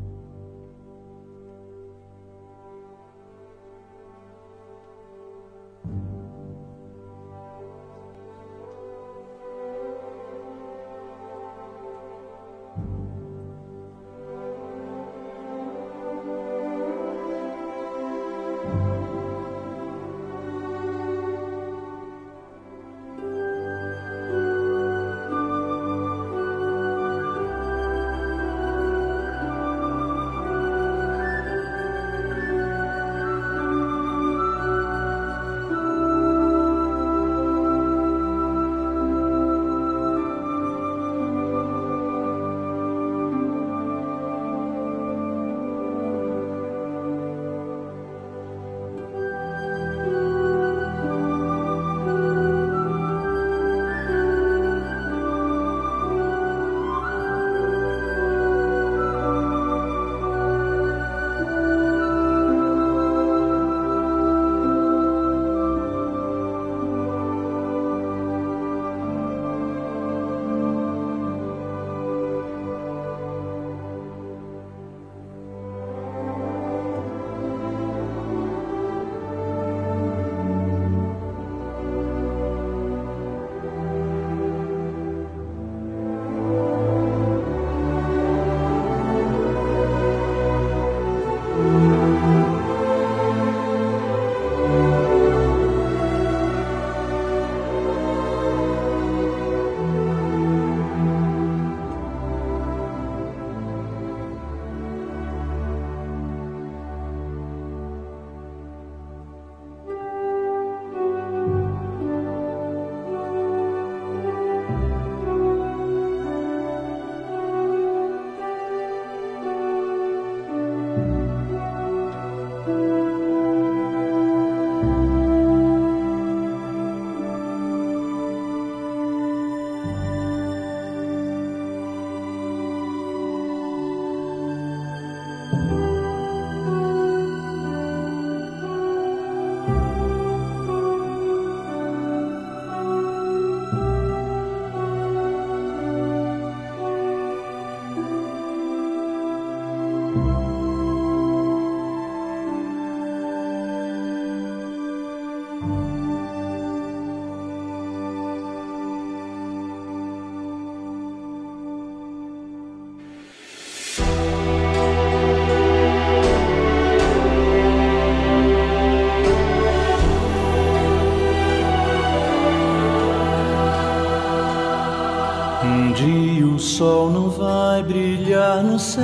Um dia o sol não vai brilhar no céu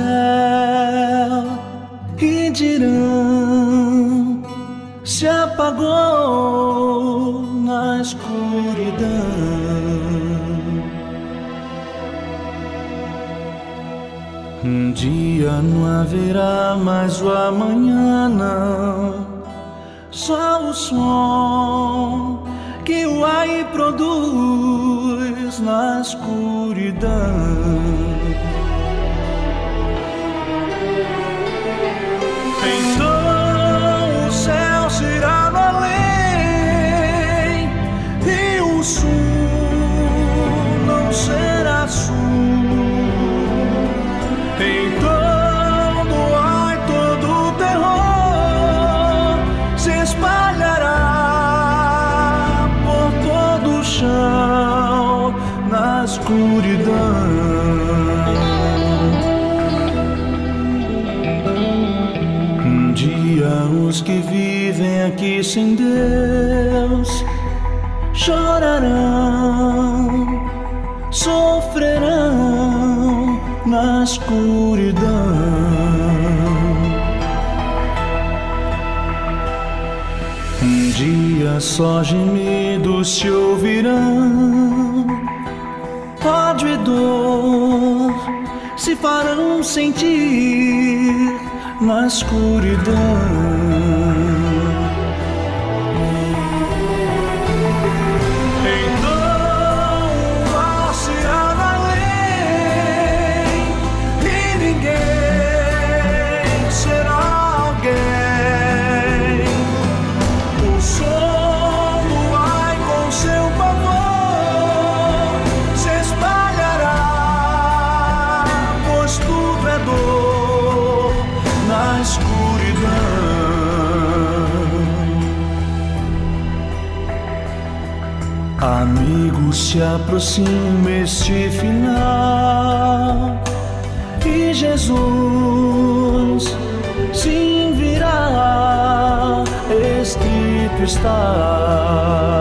e dirão: se apagou na escuridão. Um dia não haverá mais o amanhã, não, só o som que o ar produz na escuridão. Então o céu será no além e o sul não será sul. Então do ar todo o terror se espalhará por todo o chão na escuridão. Um dia os que vivem aqui sem Deus chorarão, sofrerão na escuridão. Um dia só gemidos se ouvirão, ódio e dor se farão sentir na escuridão. Amigos, se aproxima este final e Jesus sim virá, escrito está.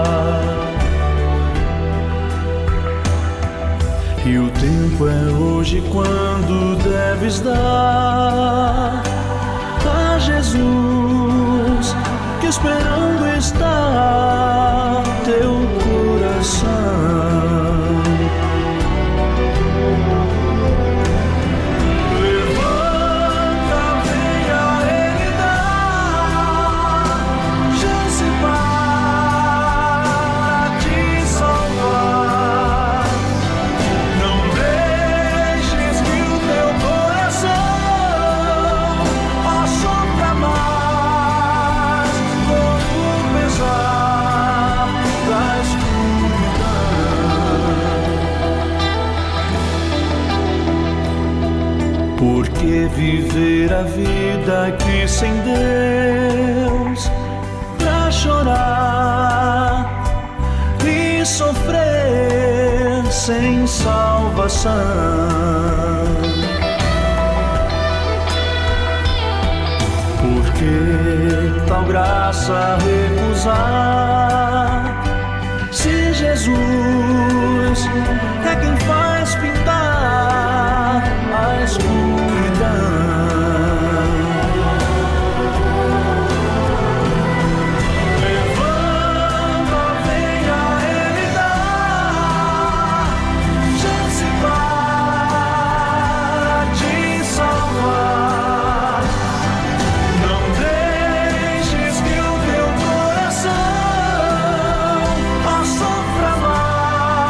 E o tempo é hoje quando deves dar a Jesus, que esperando está teu coração. Porque viver a vida aqui sem Deus, pra chorar e sofrer sem salvação. Porque tal graça recusar, se Jesus é quem faz pintar a escuridão. Sofra mais.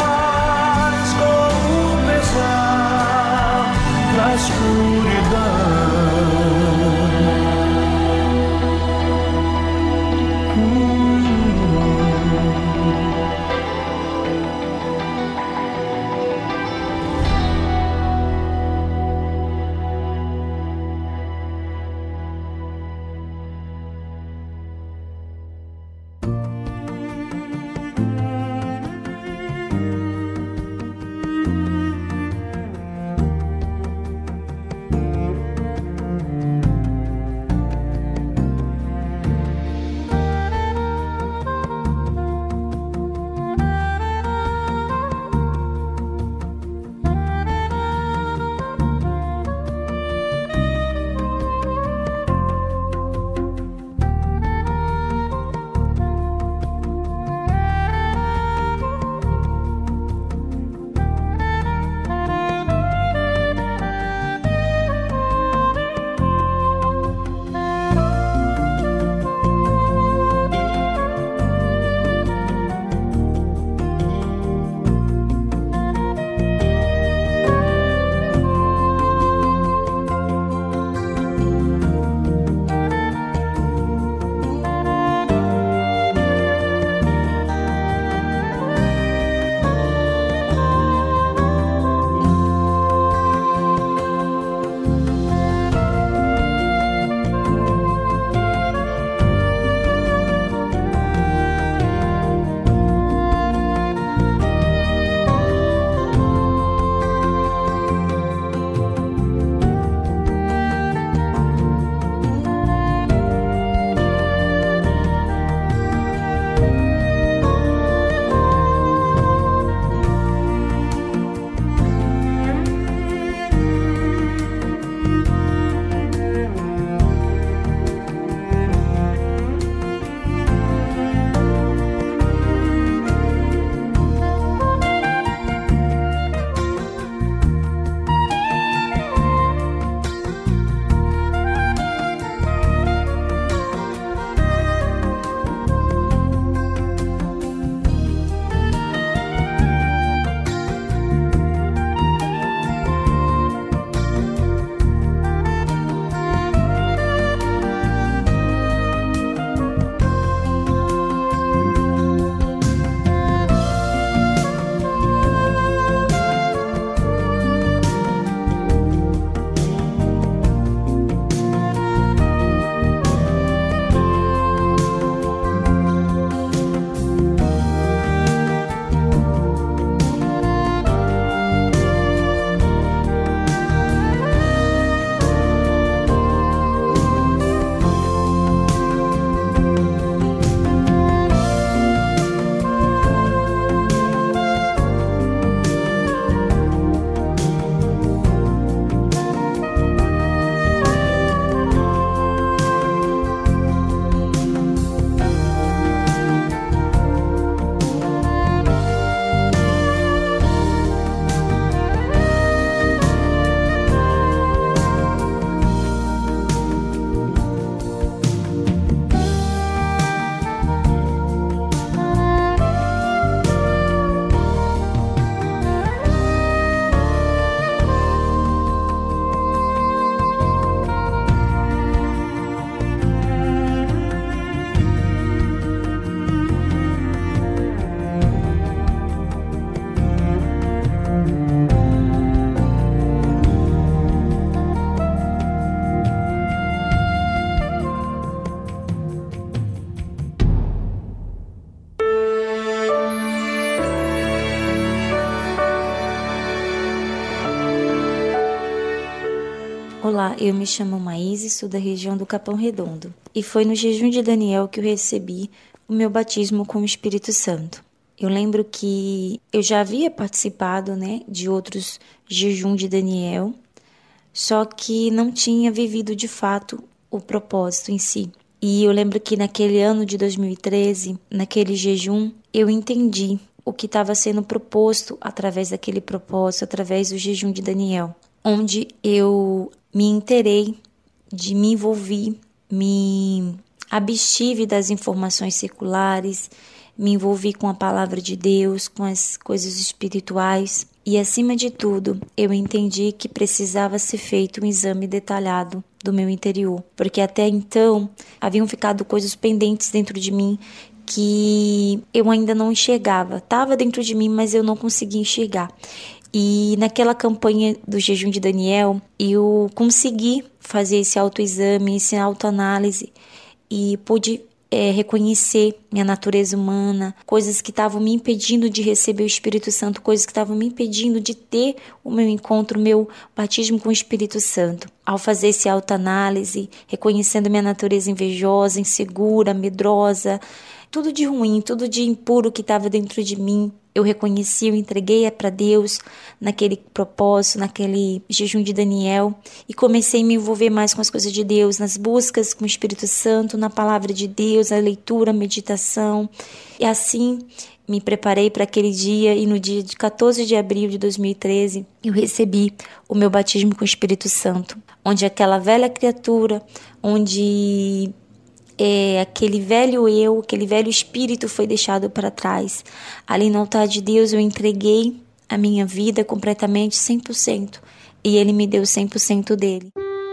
Olá, eu me chamo Maíse, sou da região do Capão Redondo. E foi no jejum de Daniel que eu recebi o meu batismo com o Espírito Santo. Eu lembro que eu já havia participado, né, de outros jejum de Daniel, só que não tinha vivido de fato o propósito em si. E eu lembro que naquele ano de dois mil e treze, naquele jejum, eu entendi o que estava sendo proposto através daquele propósito, através do jejum de Daniel, onde eu me inteirei, de me envolvi, me abstive das informações seculares, me envolvi com a palavra de Deus, com as coisas espirituais e, acima de tudo, eu entendi que precisava ser feito um exame detalhado do meu interior, porque até então haviam ficado coisas pendentes dentro de mim que eu ainda não enxergava. Estava dentro de mim, mas eu não conseguia enxergar. E naquela campanha do jejum de Daniel, eu consegui fazer esse autoexame, essa autoanálise e pude é, reconhecer minha natureza humana, coisas que estavam me impedindo de receber o Espírito Santo, coisas que estavam me impedindo de ter o meu encontro, o meu batismo com o Espírito Santo. Ao fazer essa autoanálise, reconhecendo minha natureza invejosa, insegura, medrosa, tudo de ruim, tudo de impuro que estava dentro de mim, eu reconheci, eu entreguei para Deus naquele propósito, naquele jejum de Daniel e comecei a me envolver mais com as coisas de Deus, nas buscas com o Espírito Santo, na palavra de Deus, a leitura, a meditação. E assim me preparei para aquele dia e no dia de quatorze de abril de dois mil e treze eu recebi o meu batismo com o Espírito Santo, onde aquela velha criatura, onde É, aquele velho eu, aquele velho espírito foi deixado para trás. Ali no altar de Deus eu entreguei a minha vida completamente, cem por cento. E Ele me deu cem por cento dele.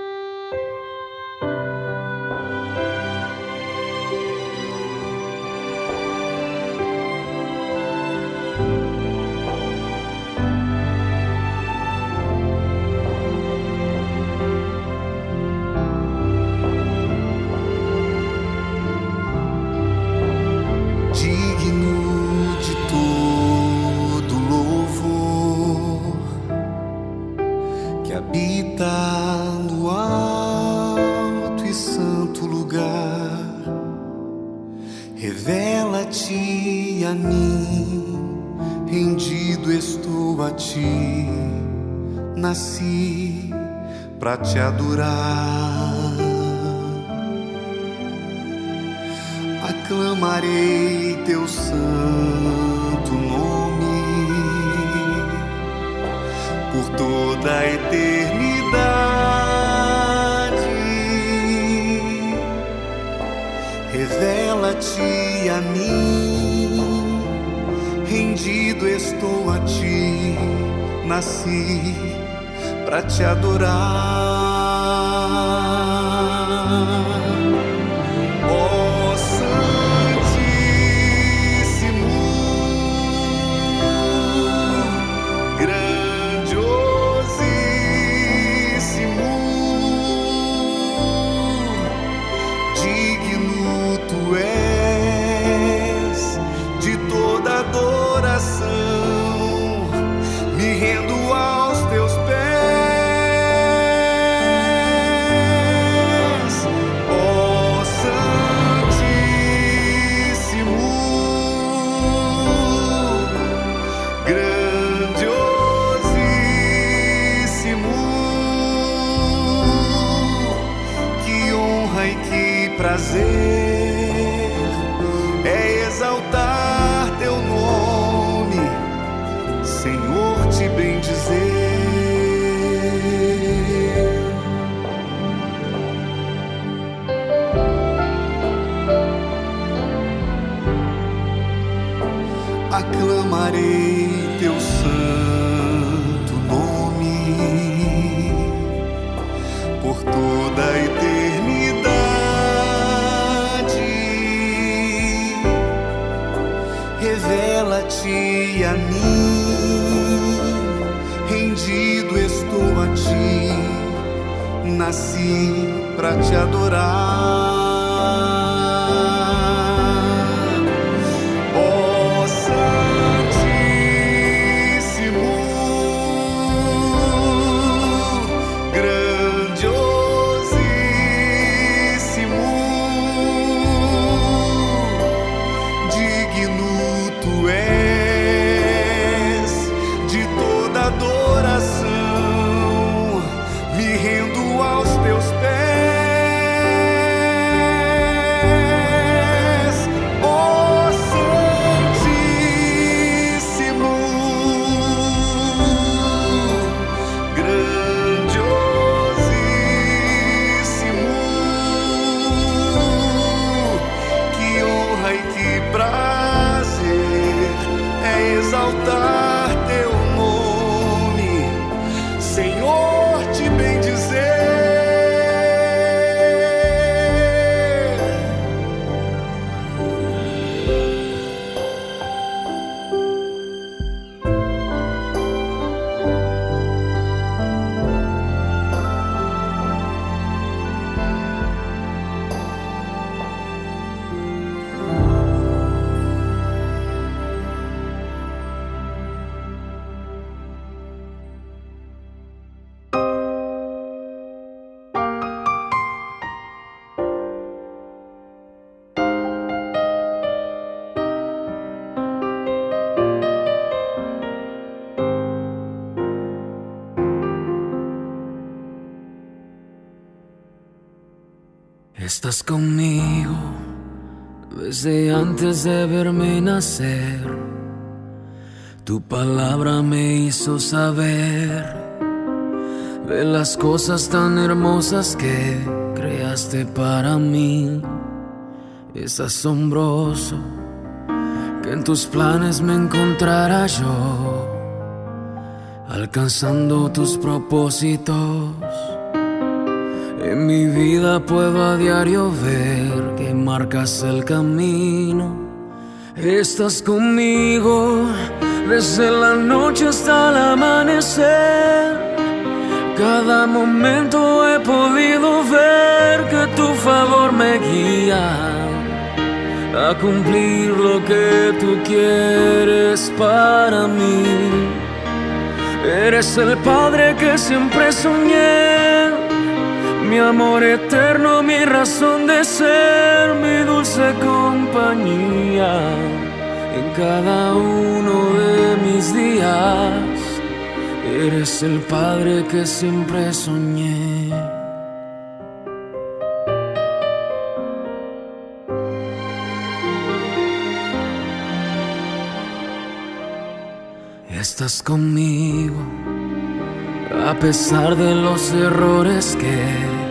Revela-te a mim, rendido estou a ti, nasci pra te adorar. Aclamarei teu santo nome por toda a eternidade. Revela-te a mim, rendido estou a ti, nasci pra te adorar. Ó Santíssimo, grandiosíssimo, digno tu és de toda adoração, me rendo aos teus pés, ó Santíssimo, grandiosíssimo, que honra e que prazer é exaltar teu nome, Senhor, te bendizer. Aclamarei teu santo nome por toda a eternidade. Revela-te a mim, rendido estou a ti, nasci pra te adorar. Ó Santíssimo, grandioso, Estás conmigo desde antes de verme nacer. Tu palabra me hizo saber de las cosas tan hermosas que creaste para mí. Es asombroso que en tus planes me encontrara yo, alcanzando tus propósitos. En mi vida puedo a diario ver que marcas el camino. Estás conmigo desde la noche hasta el amanecer. Cada momento he podido ver que tu favor me guía a cumplir lo que tú quieres para mí. Eres el Padre que siempre soñé, mi amor eterno, mi razón de ser, mi dulce compañía en cada uno de mis días. Eres el Padre que siempre soñé. Estás conmigo a pesar de los errores que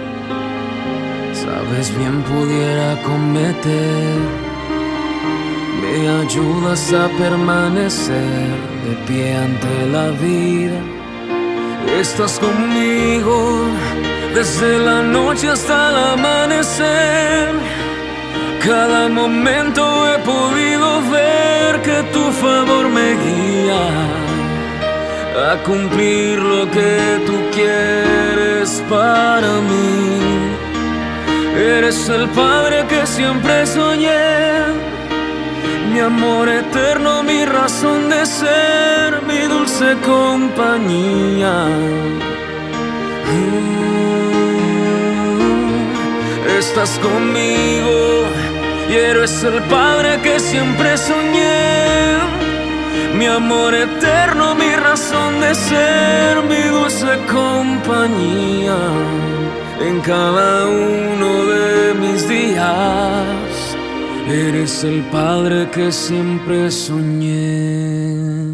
sabes bien pudiera cometer. Me ayudas a permanecer de pie ante la vida. Estás conmigo desde la noche hasta el amanecer. Cada momento he podido ver que tu favor me guía a cumplir lo que tú quieres para mí. Eres el Padre que siempre soñé, mi amor eterno, mi razón de ser, mi dulce compañía. Mm, estás conmigo y eres el Padre que siempre soñé, mi amor eterno, mi razón de ser, mi dulce compañía en cada uno de mis días. Eres el Padre que siempre soñé.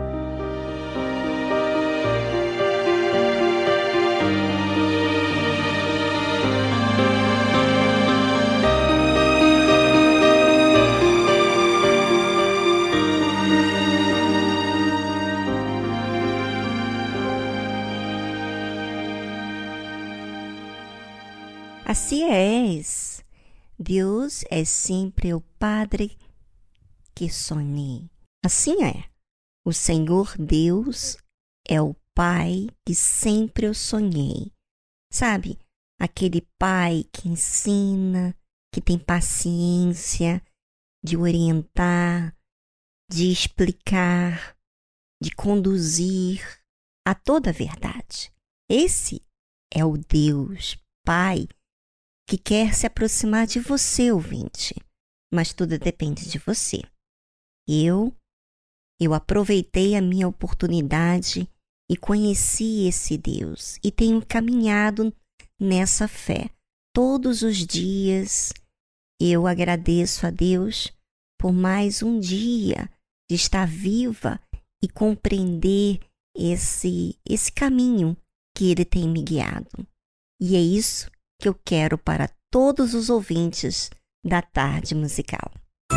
Así es. Deus é sempre o Padre que sonhei. Assim é. O Senhor Deus é o Pai que sempre eu sonhei. Sabe, aquele Pai que ensina, que tem paciência de orientar, de explicar, de conduzir a toda a verdade. Esse é o Deus Pai que quer se aproximar de você, ouvinte, mas tudo depende de você. Eu, eu aproveitei a minha oportunidade e conheci esse Deus e tenho caminhado nessa fé. Todos os dias eu agradeço a Deus por mais um dia de estar viva e compreender esse, esse caminho que Ele tem me guiado. E é isso que eu quero para todos os ouvintes da Tarde Musical.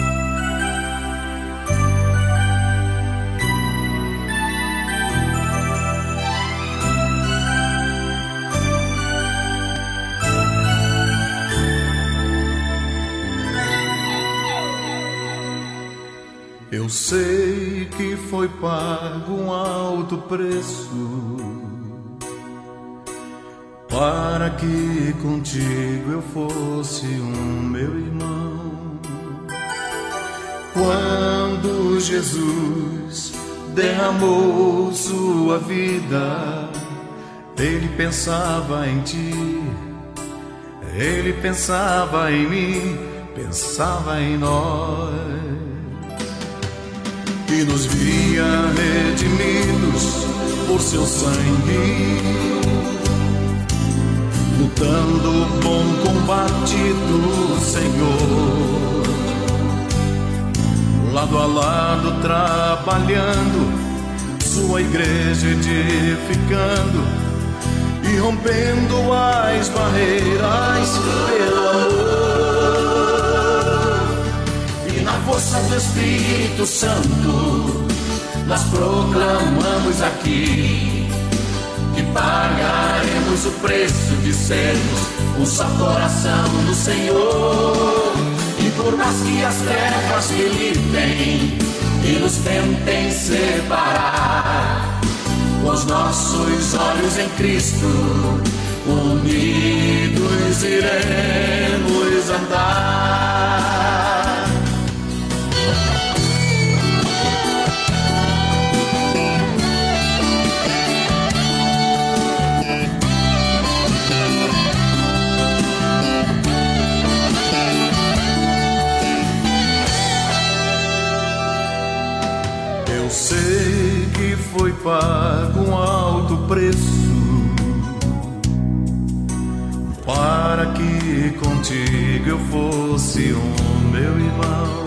Eu sei que foi pago um alto preço para que contigo eu fosse um meu irmão. Quando Jesus derramou sua vida, Ele pensava em ti, Ele pensava em mim, pensava em nós, e nos via redimidos por seu sangue, no lutando o bom combate do Senhor, lado a lado trabalhando, sua igreja edificando e rompendo as barreiras pelo amor. E na força do Espírito Santo nós proclamamos aqui que pagaremos o preço de sermos um só coração do Senhor. E por mais que as trevas militem e nos tentem separar, com os nossos olhos em Cristo, unidos iremos andar. Eu sei que foi pago um alto preço para que contigo eu fosse um meu irmão.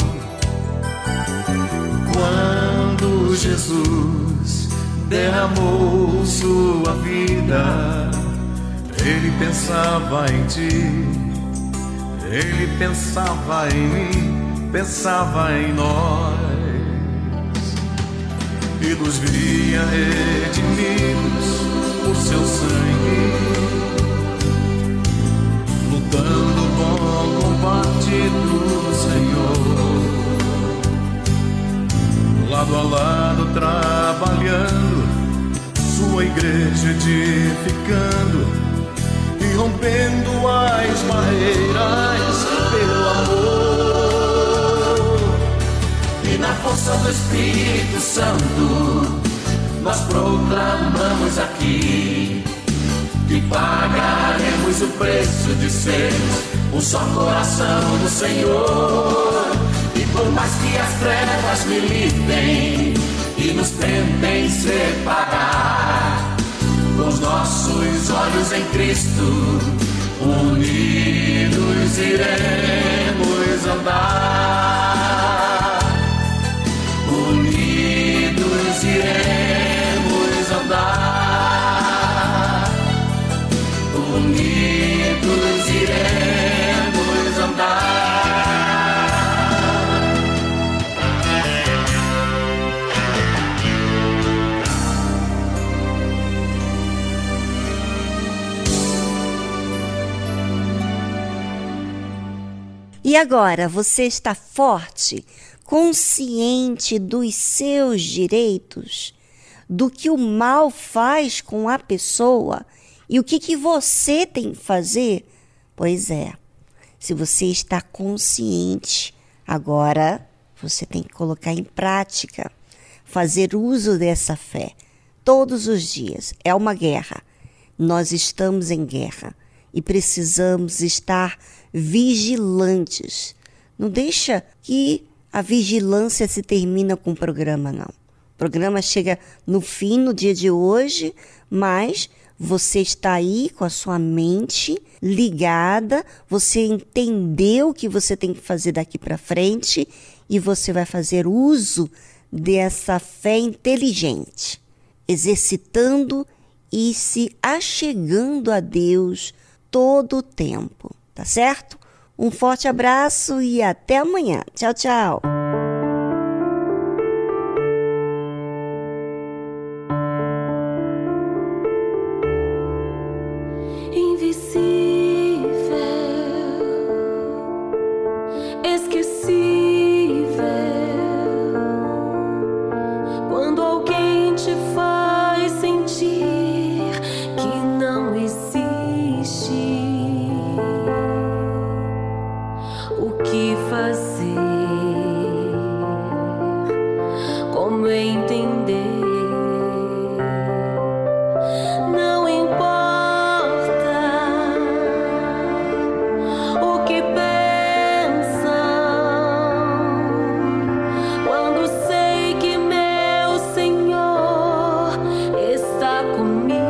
Quando Jesus derramou sua vida, ele pensava em ti, ele pensava em mim, pensava em nós, e nos via redimidos por seu sangue, lutando o bom combate do Senhor, lado a lado trabalhando, sua igreja edificando e rompendo as barreiras pelo amor. E na força do Espírito Santo nós proclamamos aqui que pagaremos o preço de sermos um só coração do Senhor. E por mais que as trevas militem e nos tentem separar, com os nossos olhos em Cristo, unidos iremos andar. Unidos iremos andar. Unidos iremos andar. E agora, você está forte, consciente dos seus direitos, do que o mal faz com a pessoa e o que, que você tem que fazer? Pois é, se você está consciente, agora você tem que colocar em prática, fazer uso dessa fé todos os dias. É uma guerra, nós estamos em guerra e precisamos estar vigilantes. Não deixa que a vigilância se termina com o programa, não. O programa chega no fim, no dia de hoje, mas você está aí com a sua mente ligada, você entendeu o que você tem que fazer daqui para frente e você vai fazer uso dessa fé inteligente, exercitando e se achegando a Deus todo o tempo, tá certo? Um forte abraço e até amanhã. Tchau, tchau. Comigo.